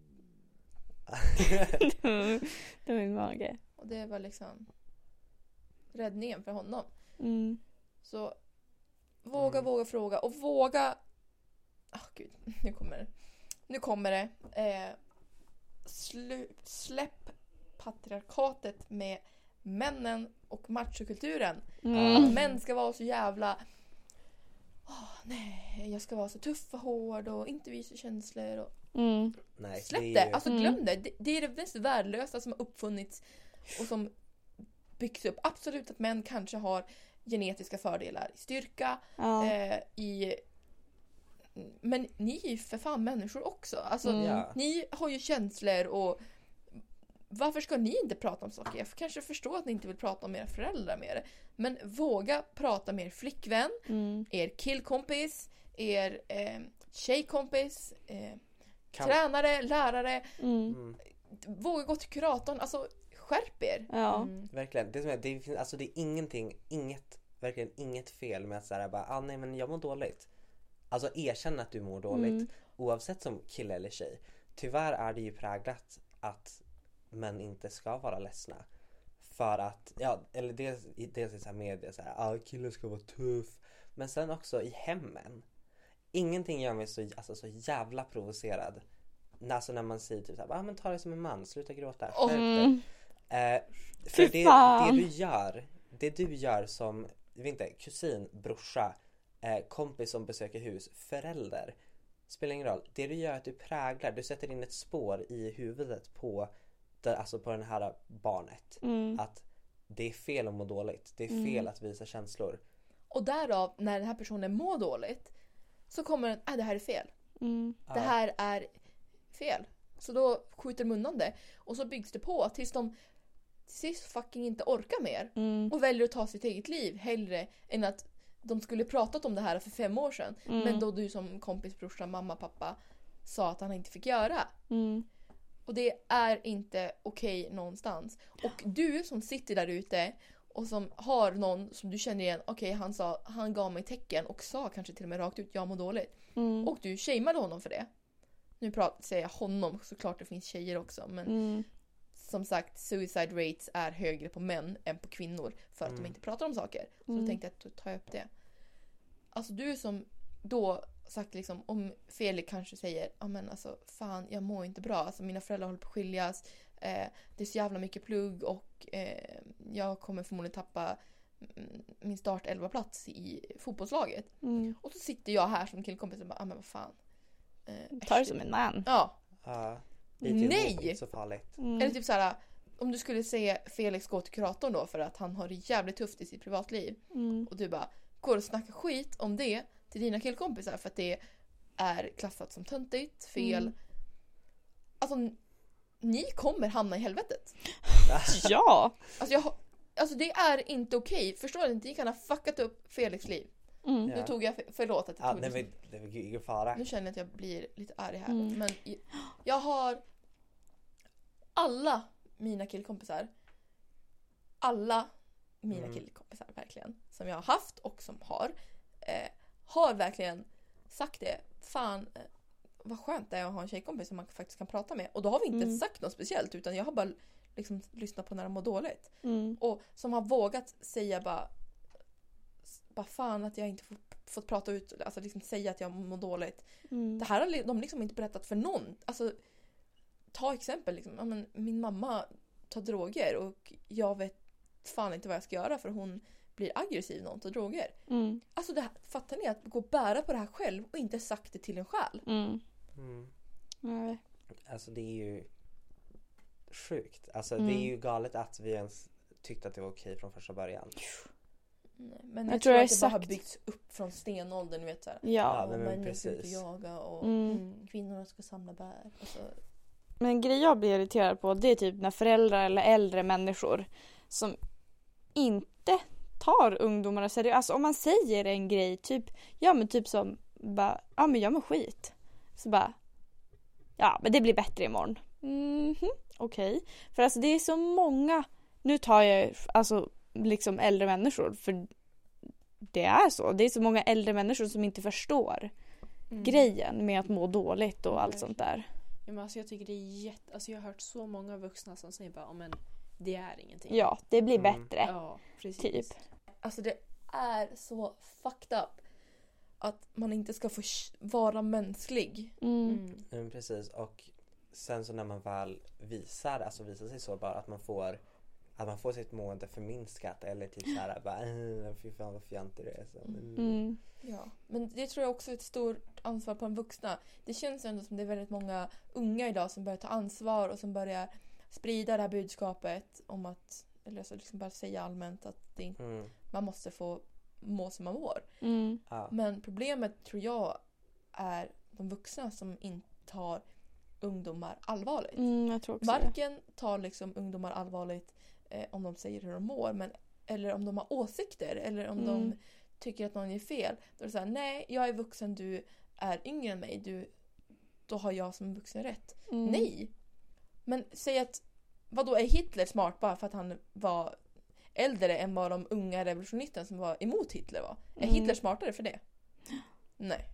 Det var min mage. Och det var liksom räddningen för honom. Mm. Så våga, Mm. våga fråga och våga... Ah gud, nu kommer det. Nu kommer det. Eh, slu, släpp patriarkatet med männen och machokulturen. Mm. Män ska vara så jävla... Åh, nej, jag ska vara så tuff och hård och inte visa känslor. Och... Mm. Nej, Släpp är det! ju- Alltså Mm. glöm det. det. Det är det mest värdelösa som har uppfunnits och som byggs upp. Absolut att män kanske har genetiska fördelar i styrka, Ja. eh, i... Men ni är ju för fan människor också. Alltså, Mm. Ja. ni har ju känslor och varför ska ni inte prata om saker? Jag kanske förstår att ni inte vill prata om era föräldrar mer. Men våga prata med er flickvän, Mm. er killkompis, er eh, tjejkompis, eh, Kan- tränare, lärare. Mm. Mm. Våga gå till kuratorn. Alltså, skärp er. Ja. Mm. Verkligen. Det, som är, det, finns, alltså, det är ingenting, inget, verkligen inget fel med att säga bara, ah, nej men jag mår dåligt. Alltså erkänna att du mår dåligt. Mm. Oavsett som kille eller tjej. Tyvärr är det ju präglat att män inte ska vara ledsna. För att, ja, eller dels, dels i så här media så här, ah, killen ska vara tuff. Men sen också i hemmen. Ingenting gör mig så, alltså, så jävla provocerad. Alltså när man säger typ såhär, ah, men ta det som en man, sluta gråta, skärp dig. Mm. Eh, för Fy det, fan. det du gör, det du gör som, jag vet inte, kusin, brorsa, eh, kompis som besöker hus, förälder, spelar ingen roll. Det du gör är att du präglar, du sätter in ett spår i huvudet på, det, alltså på den här barnet. Mm. Att det är fel att må dåligt, det är Mm. fel att visa känslor. Och därav, när den här personen mår dåligt, så kommer den, äh, det här är fel. Mm. Det här är fel. Så då skjuter de undan det. Och så byggs det på tills de till sist fucking inte orkar mer. Mm. Och väljer att ta sitt eget liv hellre än att de skulle pratat om det här för fem år sedan. Mm. Men då du som kompis, brorsa, mamma, pappa sa att han inte fick göra. Mm. Och det är inte okej någonstans. Och du som sitter där ute och som har någon som du känner igen, okej, han sa, han gav mig tecken och sa kanske till och med rakt ut, jag mår dåligt. Mm. Och du shameade honom för det. Nu pratar, säger jag honom, såklart det finns tjejer också. Men Mm. som sagt, suicide rates är högre på män än på kvinnor. För att Mm. de inte pratar om saker. Så Mm. då tänkte jag att då tar jag upp det. alltså du som då sagt liksom, om Felix kanske säger, ja men alltså fan, jag mår inte bra, alltså mina föräldrar håller på att skiljas, eh, det är så jävla mycket plugg och eh, jag kommer förmodligen tappa mm, min start elva plats i fotbollslaget. Mm. Och så sitter jag här som killkompis och bara, ja men vad fan. Eh, Ta det som en man. Ja. Ja. Nej! Det är inte så farligt. Mm. Eller typ så här, om du skulle säga Felix gå till kuratorn då för att han har det jävligt tufft i sitt privatliv. Mm. Och du bara går och snackar skit om det till dina killkompisar för att det är klassat som töntigt, fel. Mm. Alltså, n- ni kommer hamna i helvetet. Ja! Alltså, jag, har- alltså det är inte okej. Förstår du inte? Ni kan ha fuckat upp Felix liv. Mm. Ja. Nu tog jag, förlåt att jag Ja, tog det det. var, det var ingen fara. Nu känner jag att jag blir lite arg här. Mm. Men i- jag har alla mina killkompisar, alla mina Mm. killkompisar verkligen, som jag har haft och som har, eh, har verkligen sagt det. Fan, eh, vad skönt det är att ha en tjejkompis som man faktiskt kan prata med. Och då har vi inte Mm. sagt något speciellt, utan jag har bara liksom lyssnat på när de mår dåligt. Mm. Och som har vågat säga bara, bara fan att jag inte får, fått prata ut, alltså liksom säga att jag mår dåligt. Mm. Det här har li- de liksom inte berättat för någon. Alltså, ta exempel. Liksom. Ja, men min mamma tar droger och jag vet fan inte vad jag ska göra för hon blir aggressiv när hon tar droger. Mm. Alltså, det här, fattar ni att gå och bära på det här själv och inte sagt det till en själv? Mm. Mm. Nej. Alltså det är ju sjukt. Alltså Mm. det är ju galet att vi ens tyckte att det var okej från första början. Nej, men Jag jag, tror tror jag att det bara har sagt- byggts upp från stenåldern. Ni vet, så här. Ja. Ja, Och nej, men männen ska ut och precis. jaga och Mm. mm, kvinnorna ska samla bär. Alltså, Men en grej jag blir irriterad på, det är typ när föräldrar eller äldre människor som inte tar ungdomarna seriöst. Alltså om man säger en grej, typ, ja men typ som, bara, ja men jag mår skit. Så bara, ja men det blir bättre imorgon. Mhm, okej. För alltså det är så många, nu tar jag alltså liksom äldre människor, för det är så. Det är så många äldre människor som inte förstår Mm. grejen med att må dåligt och allt sånt där. Ja, men alltså jag tycker det är jätte... Alltså jag har hört så många vuxna som säger bara, "Ja, men det är ingenting." Ja, det blir Mm. bättre. Ja, precis. Typ. alltså det är så fucked up att man inte ska få sh- vara mänsklig. Mm. Mm. Mm, precis. Och sen så när man väl visar, alltså visar sig så bara att man får att man får sitt mående förminskat eller typ så här bara äh, fy fan vad fjantig du är. Så, mm. Mm. Ja, men det tror jag också är ett stort ansvar på de vuxna. Det känns ändå som det är väldigt många unga idag som börjar ta ansvar och som börjar sprida det här budskapet om att, eller så liksom bara säga allmänt att det inte, Mm. man måste få må som man mår. Mm. Ja. Men problemet tror jag är de vuxna som inte tar ungdomar allvarligt. Mm, jag tror också det. Varken tar liksom ungdomar allvarligt eh, om de säger hur de mår, men, eller om de har åsikter eller om Mm. de tycker att någon är fel. Då är det så här, nej, jag är vuxen, du är yngre än mig, du, då har jag som vuxen rätt. Mm. Nej! Men säg att, vad då är Hitler smart bara för att han var äldre än vad de unga revolutionisterna som var emot Hitler var? Är Mm. Hitler smartare för det? Nej.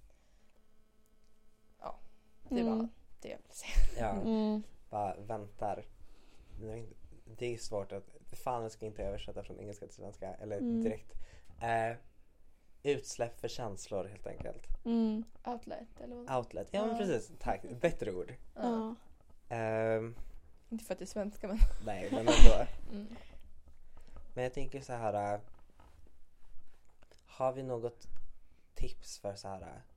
Ja, det var Mm. det jag ville säga. Ja. Mm. Bara väntar. Det är svårt att, fan jag ska inte översätta från engelska till svenska eller Mm. direkt. Eh, utsläpp för känslor helt enkelt. Mm. Outlet, eller vad? Outlet, ja men Ja. precis, tack. Bättre ord. Ja. Ehm, Inte för att det är svenska, men... nej men ändå. Mm. Men jag tänker så här. äh, Har vi något tips för så här? äh,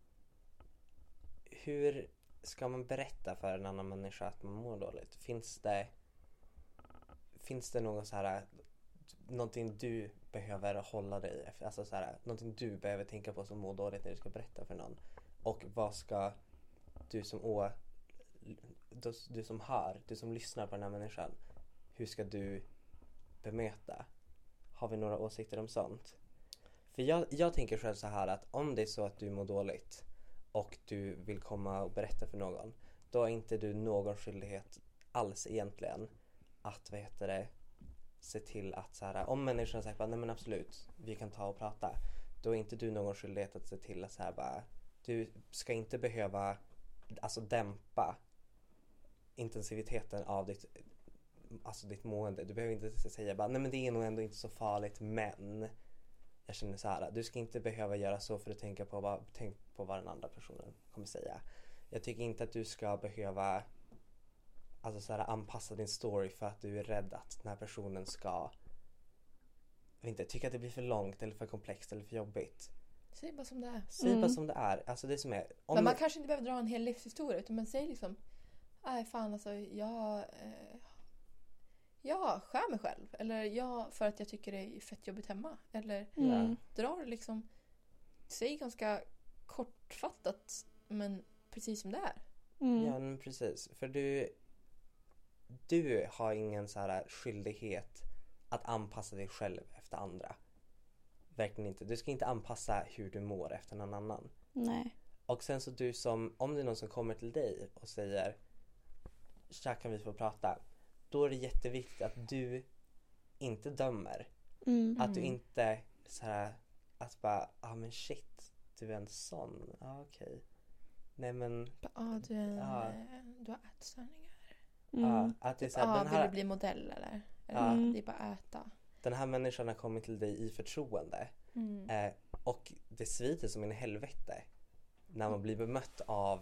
Hur ska man berätta för en annan människa att man mår dåligt? Finns det Finns det någon så här äh, någonting du behöver hålla dig efter? Alltså så här, någonting du behöver tänka på som mår dåligt när du ska berätta för någon? Och vad ska du som å, du, du som hör, du som lyssnar på den här människan, hur ska du bemöta? Har vi några åsikter om sånt? För jag, jag tänker själv så här att om det är så att du mår dåligt och du vill komma och berätta för någon, då är inte du någon skyldighet alls egentligen att, vad heter det, se till att så här, om människan säger nej men absolut, vi kan ta och prata, då är inte du någon skyldighet att se till att så här bara, du ska inte behöva alltså dämpa intensiviteten av ditt alltså ditt mående. Du behöver inte säga bara nej men det är nog ändå inte så farligt, men jag känner så här, du ska inte behöva göra så för att tänka på vad, tänk på vad den andra personen kommer säga. Jag tycker inte att du ska behöva alltså så här, anpassa din story för att du är rädd att den här personen ska jag vet inte, tycka att det blir för långt eller för komplext eller för jobbigt. Säg bara som det är. Säg Mm. bara som det är. Alltså det som är om Men man kanske inte behöver dra en hel livshistoria, utan man säger liksom, nej fan alltså, jag eh, jag skär mig själv, eller jag, för att jag tycker det är fett jobbigt hemma, eller Mm. drar liksom, säg ganska kortfattat, men precis som det är. Mm. Ja, men precis. För du du har ingen så här skyldighet att anpassa dig själv efter andra. Verkligen inte. Du ska inte anpassa hur du mår efter någon annan. Nej. Och sen så du som, om det är någon som kommer till dig och säger tja, kan vi få prata? Då är det jätteviktigt att du inte dömer. Mm. Att du inte så här, att bara, ja ah, men shit, du är en sån. Ja ah, okej. Okay. Nej men, Ja, ah, du, Ja. du har ätstörningar. Mm. ja, att det är så här, Ja, den vill du här bli modell eller? eller Ja. Det är bara äta. den här människan har kommit till dig i förtroende. Mm. Eh, och det sviter som en helvete när man blir bemött av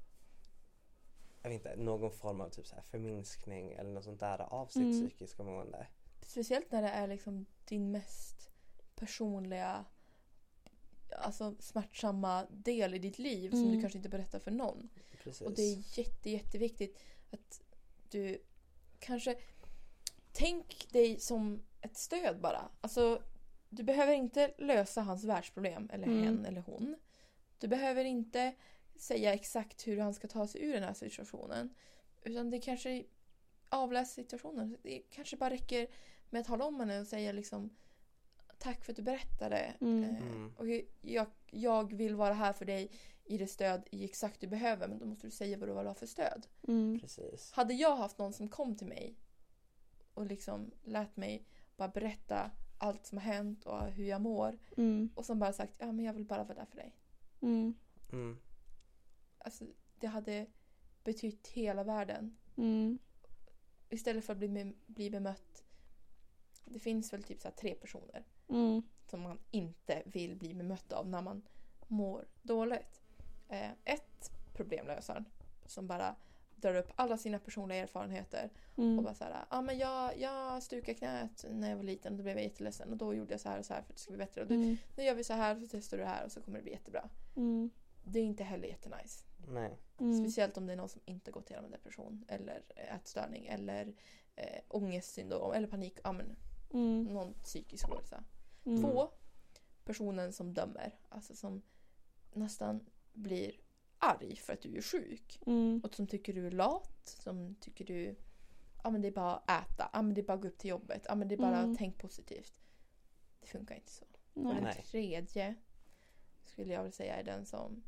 jag vet inte, någon form av typ så här förminskning eller något sånt där av sitt Mm. psykiska mående. Speciellt när det är liksom din mest personliga, alltså smärtsamma del i ditt liv som Mm. du kanske inte berättar för någon. Precis. Och det är jätte, jätteviktigt att du kanske tänk dig som ett stöd bara. Alltså, du behöver inte lösa hans världsproblem, eller Mm. hen eller hon. Du behöver inte säga exakt hur han ska ta sig ur den här situationen. Utan det kanske avläser situationen. Det kanske bara räcker med att hålla om henne och säga liksom tack för att du berättade. Mm. Eh, Mm. och jag, jag vill vara här för dig i det stöd i exakt du behöver, men då måste du säga vad du vill ha för stöd. Mm. Precis. Hade jag haft någon som kom till mig och liksom lät mig bara berätta allt som har hänt och hur jag mår Mm. och som bara sagt, ja men jag vill bara vara där för dig. Mm. Mm. Alltså, det hade betytt hela världen. Mm. Istället för att bli, bli bemött. Det finns väl typ så här tre personer Mm. som man inte vill bli bemött av när man mår dåligt. Eh, ett, problemlösaren som bara drar upp alla sina personliga erfarenheter och Mm. bara så här, ja men jag, jag stukade knät när jag var liten och då blev jag jätteledsen och då gjorde jag så här och så här för att det skulle bli bättre och du, Mm. nu gör vi så här så testar du det här och så kommer det bli jättebra. Mm. Det är inte heller jättenice. Nej. Mm. Speciellt om det är någon som inte gått igenom en depression eller ätstörning eller eh, ångestsyndrom eller panik, ja men Mm. någon psykisk ohälsa. Mm. Två, personen som dömer, alltså som nästan blir arg för att du är sjuk Mm. och som tycker du är lat, som tycker du ja men det är bara att äta, ja men det är bara att gå upp till jobbet, ja men det är bara Mm. att tänka positivt. Det funkar inte så. Och Nej. den Nej. tredje skulle jag vilja säga är den som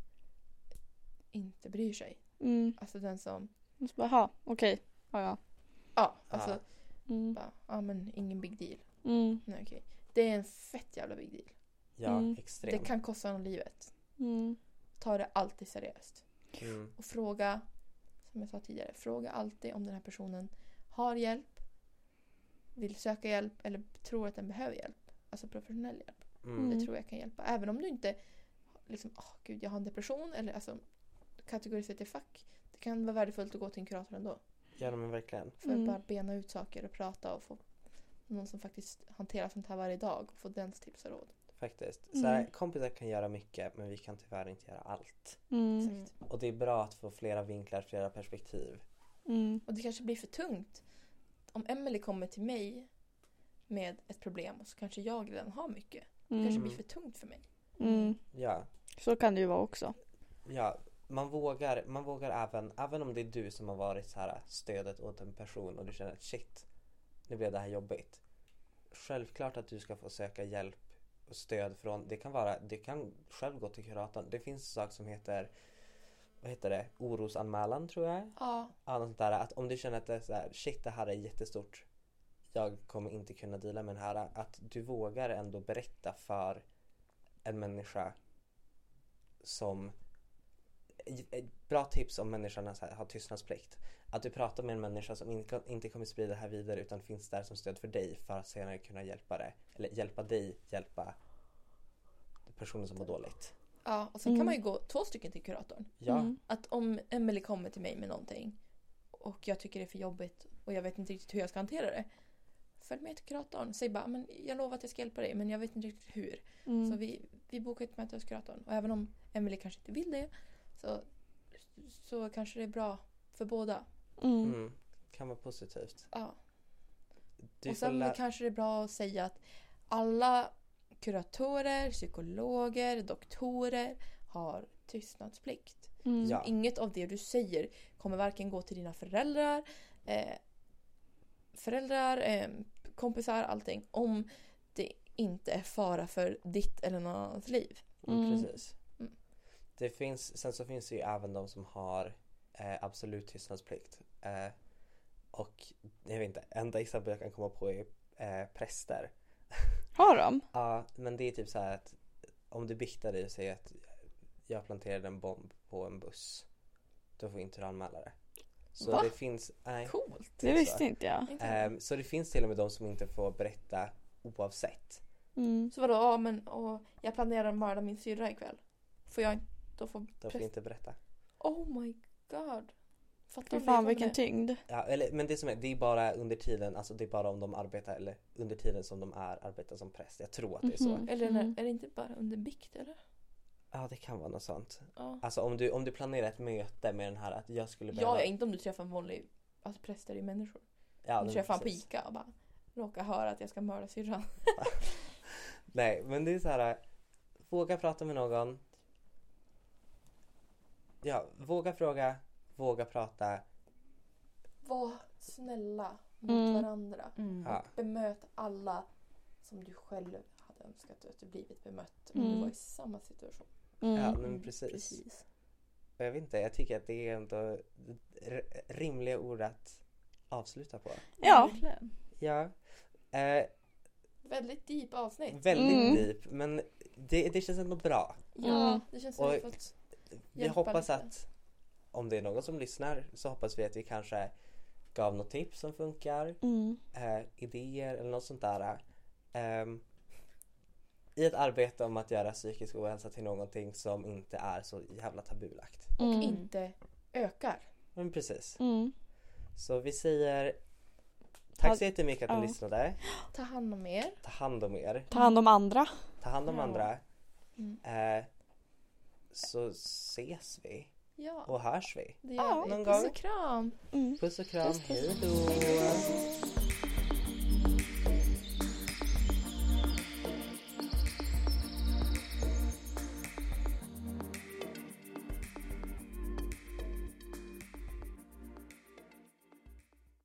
inte bryr sig. Mm. Alltså den som, Och så bara, ha, okej. Ja, ja. ja alltså Ja. Mm. bara, ja men ingen big deal. Mm. Nej okej. Det är en fett jävla big deal. Ja, Mm. extremt. Det kan kosta någon livet. Mm. Ta det alltid seriöst. Mm. Och fråga, som jag sa tidigare, fråga alltid om den här personen har hjälp, vill söka hjälp eller tror att den behöver hjälp. Alltså professionell hjälp. Mm. Det tror jag kan hjälpa. Även om du inte liksom, åh gud jag har en depression eller alltså kategoriserat i fack. Det kan vara värdefullt att gå till en kurator ändå. Ja, men verkligen. För Mm. att bara bena ut saker och prata och få någon som faktiskt hanterar sånt här varje dag och få dens tips och råd. Faktiskt. Mm. Så här, kompisar kan göra mycket, men vi kan tyvärr inte göra allt. Mm. Exakt. Och det är bra att få flera vinklar, flera perspektiv. Mm. Och det kanske blir för tungt. Om Emily kommer till mig med ett problem och så kanske jag redan har mycket. Det kanske Mm. blir för tungt för mig. Mm. Ja. Så kan det ju vara också. Ja, man vågar, man vågar även, även om det är du som har varit så här stödet åt en person och du känner att shit, nu blev det här jobbigt. Självklart att du ska få söka hjälp och stöd från, det kan vara, det kan själv gå till kuratorn. Det finns en sak som heter, vad heter det, orosanmälan tror jag. Ja, Ja, något sånt där, att om du känner att det är så här, shit det här är jättestort, jag kommer inte kunna dela med det här, att du vågar ändå berätta för en människa som, ett bra tips om människan så här, har tystnadsplikt, att du pratar med en människa som inte, inte kommer sprida det här vidare utan finns där som stöd för dig för att senare kunna hjälpa det, eller hjälpa dig hjälpa personer som mår dåligt. Ja, och sen Mm. kan man ju gå två stycken till kuratorn. Ja, Mm. Att om Emily kommer till mig med någonting och jag tycker det är för jobbigt och jag vet inte riktigt hur jag ska hantera det. Följ med till kuratorn. Säg bara, men jag lovar att jag ska hjälpa dig men jag vet inte riktigt hur. Mm. Så vi, vi bokar ett möte hos kuratorn. Och även om Emily kanske inte vill det så, så kanske det är bra för båda. Mm. mm. Kan vara positivt. Ja. Du Och får sen lä- kanske det är bra att säga att alla kuratorer, psykologer, doktorer har tystnadsplikt. Mm. Ja. Inget av det du säger kommer varken gå till dina föräldrar, eh, föräldrar, eh, kompisar, allting. Om det inte är fara för ditt eller någon annans liv. Mm, Mm. precis. Mm. Det finns, sen så finns det ju även de som har eh, absolut tystnadsplikt. Eh, och jag vet inte, enda exempel jag kan komma på är eh, präster. Har de? Ja, men det är typ så här att om du biktar dig och säger att jag planterade en bomb på en buss, då får inte du anmäla det. Så Va? det finns, nej. Coolt. Det visste inte jag. Inte Ehm, så det finns till och med de som inte får berätta oavsett. Mm. Så vadå, ja men och jag planerar att mörda min syrra ikväll. Får jag inte, då får De får präst- inte berätta. Oh my god. Fattar Fy om fan det vilken kommer- tyngd. Ja, eller, men det som är, det är bara under tiden, alltså det är bara om de arbetar, eller under tiden som de är arbetar som präst. Jag tror att det är så. Mhm. Eller Mm. när, är det inte bara under bikt eller? Ja, det kan vara något sånt. Ja. Alltså om du, om du planerar ett möte med den här att jag skulle Ja, behöva... ja, inte om du träffar en vanlig, alltså präster är människor. Ja, Du men träffar han på precis. Ica och bara råkar höra att jag ska mörda syrran. Nej, men det är så här. Våga prata med någon. Ja, våga fråga, våga prata. Var snälla mot Mm. varandra. Mm. Ja, Bemöt alla som du själv hade önskat att du blivit bemött om Mm. du var i samma situation. Mm. ja men precis. Och jag vet inte, jag tycker att det är ändå r- rimliga ord att avsluta på. Ja. Verkligen. Ja, eh, Väldigt deep avsnitt. väldigt Mm. deep, men det, det känns ändå bra. Ja, Mm. det känns som att vi Och- fått Vi hjälpa hoppas lite. att om det är någon som lyssnar så hoppas vi att vi kanske gav något tips som funkar, Mm. eh, idéer eller något sånt där. Ehm, I ett arbete om att göra psykisk ohälsa till någonting som inte är så jävla tabulagt. Och Mm. inte ökar. Men precis. Mm. Så vi säger tack Ha- så jättemycket att ni ja. lyssnade. Ta hand om er. Ta hand om er. Ta hand om andra. Ta hand om Ja. andra. Mm. Eh, så ses vi Ja, och hörs vi. det gör Ja, vi. någon Puss gång. och kram. Mm. Puss och kram. Puss, puss. Hej då.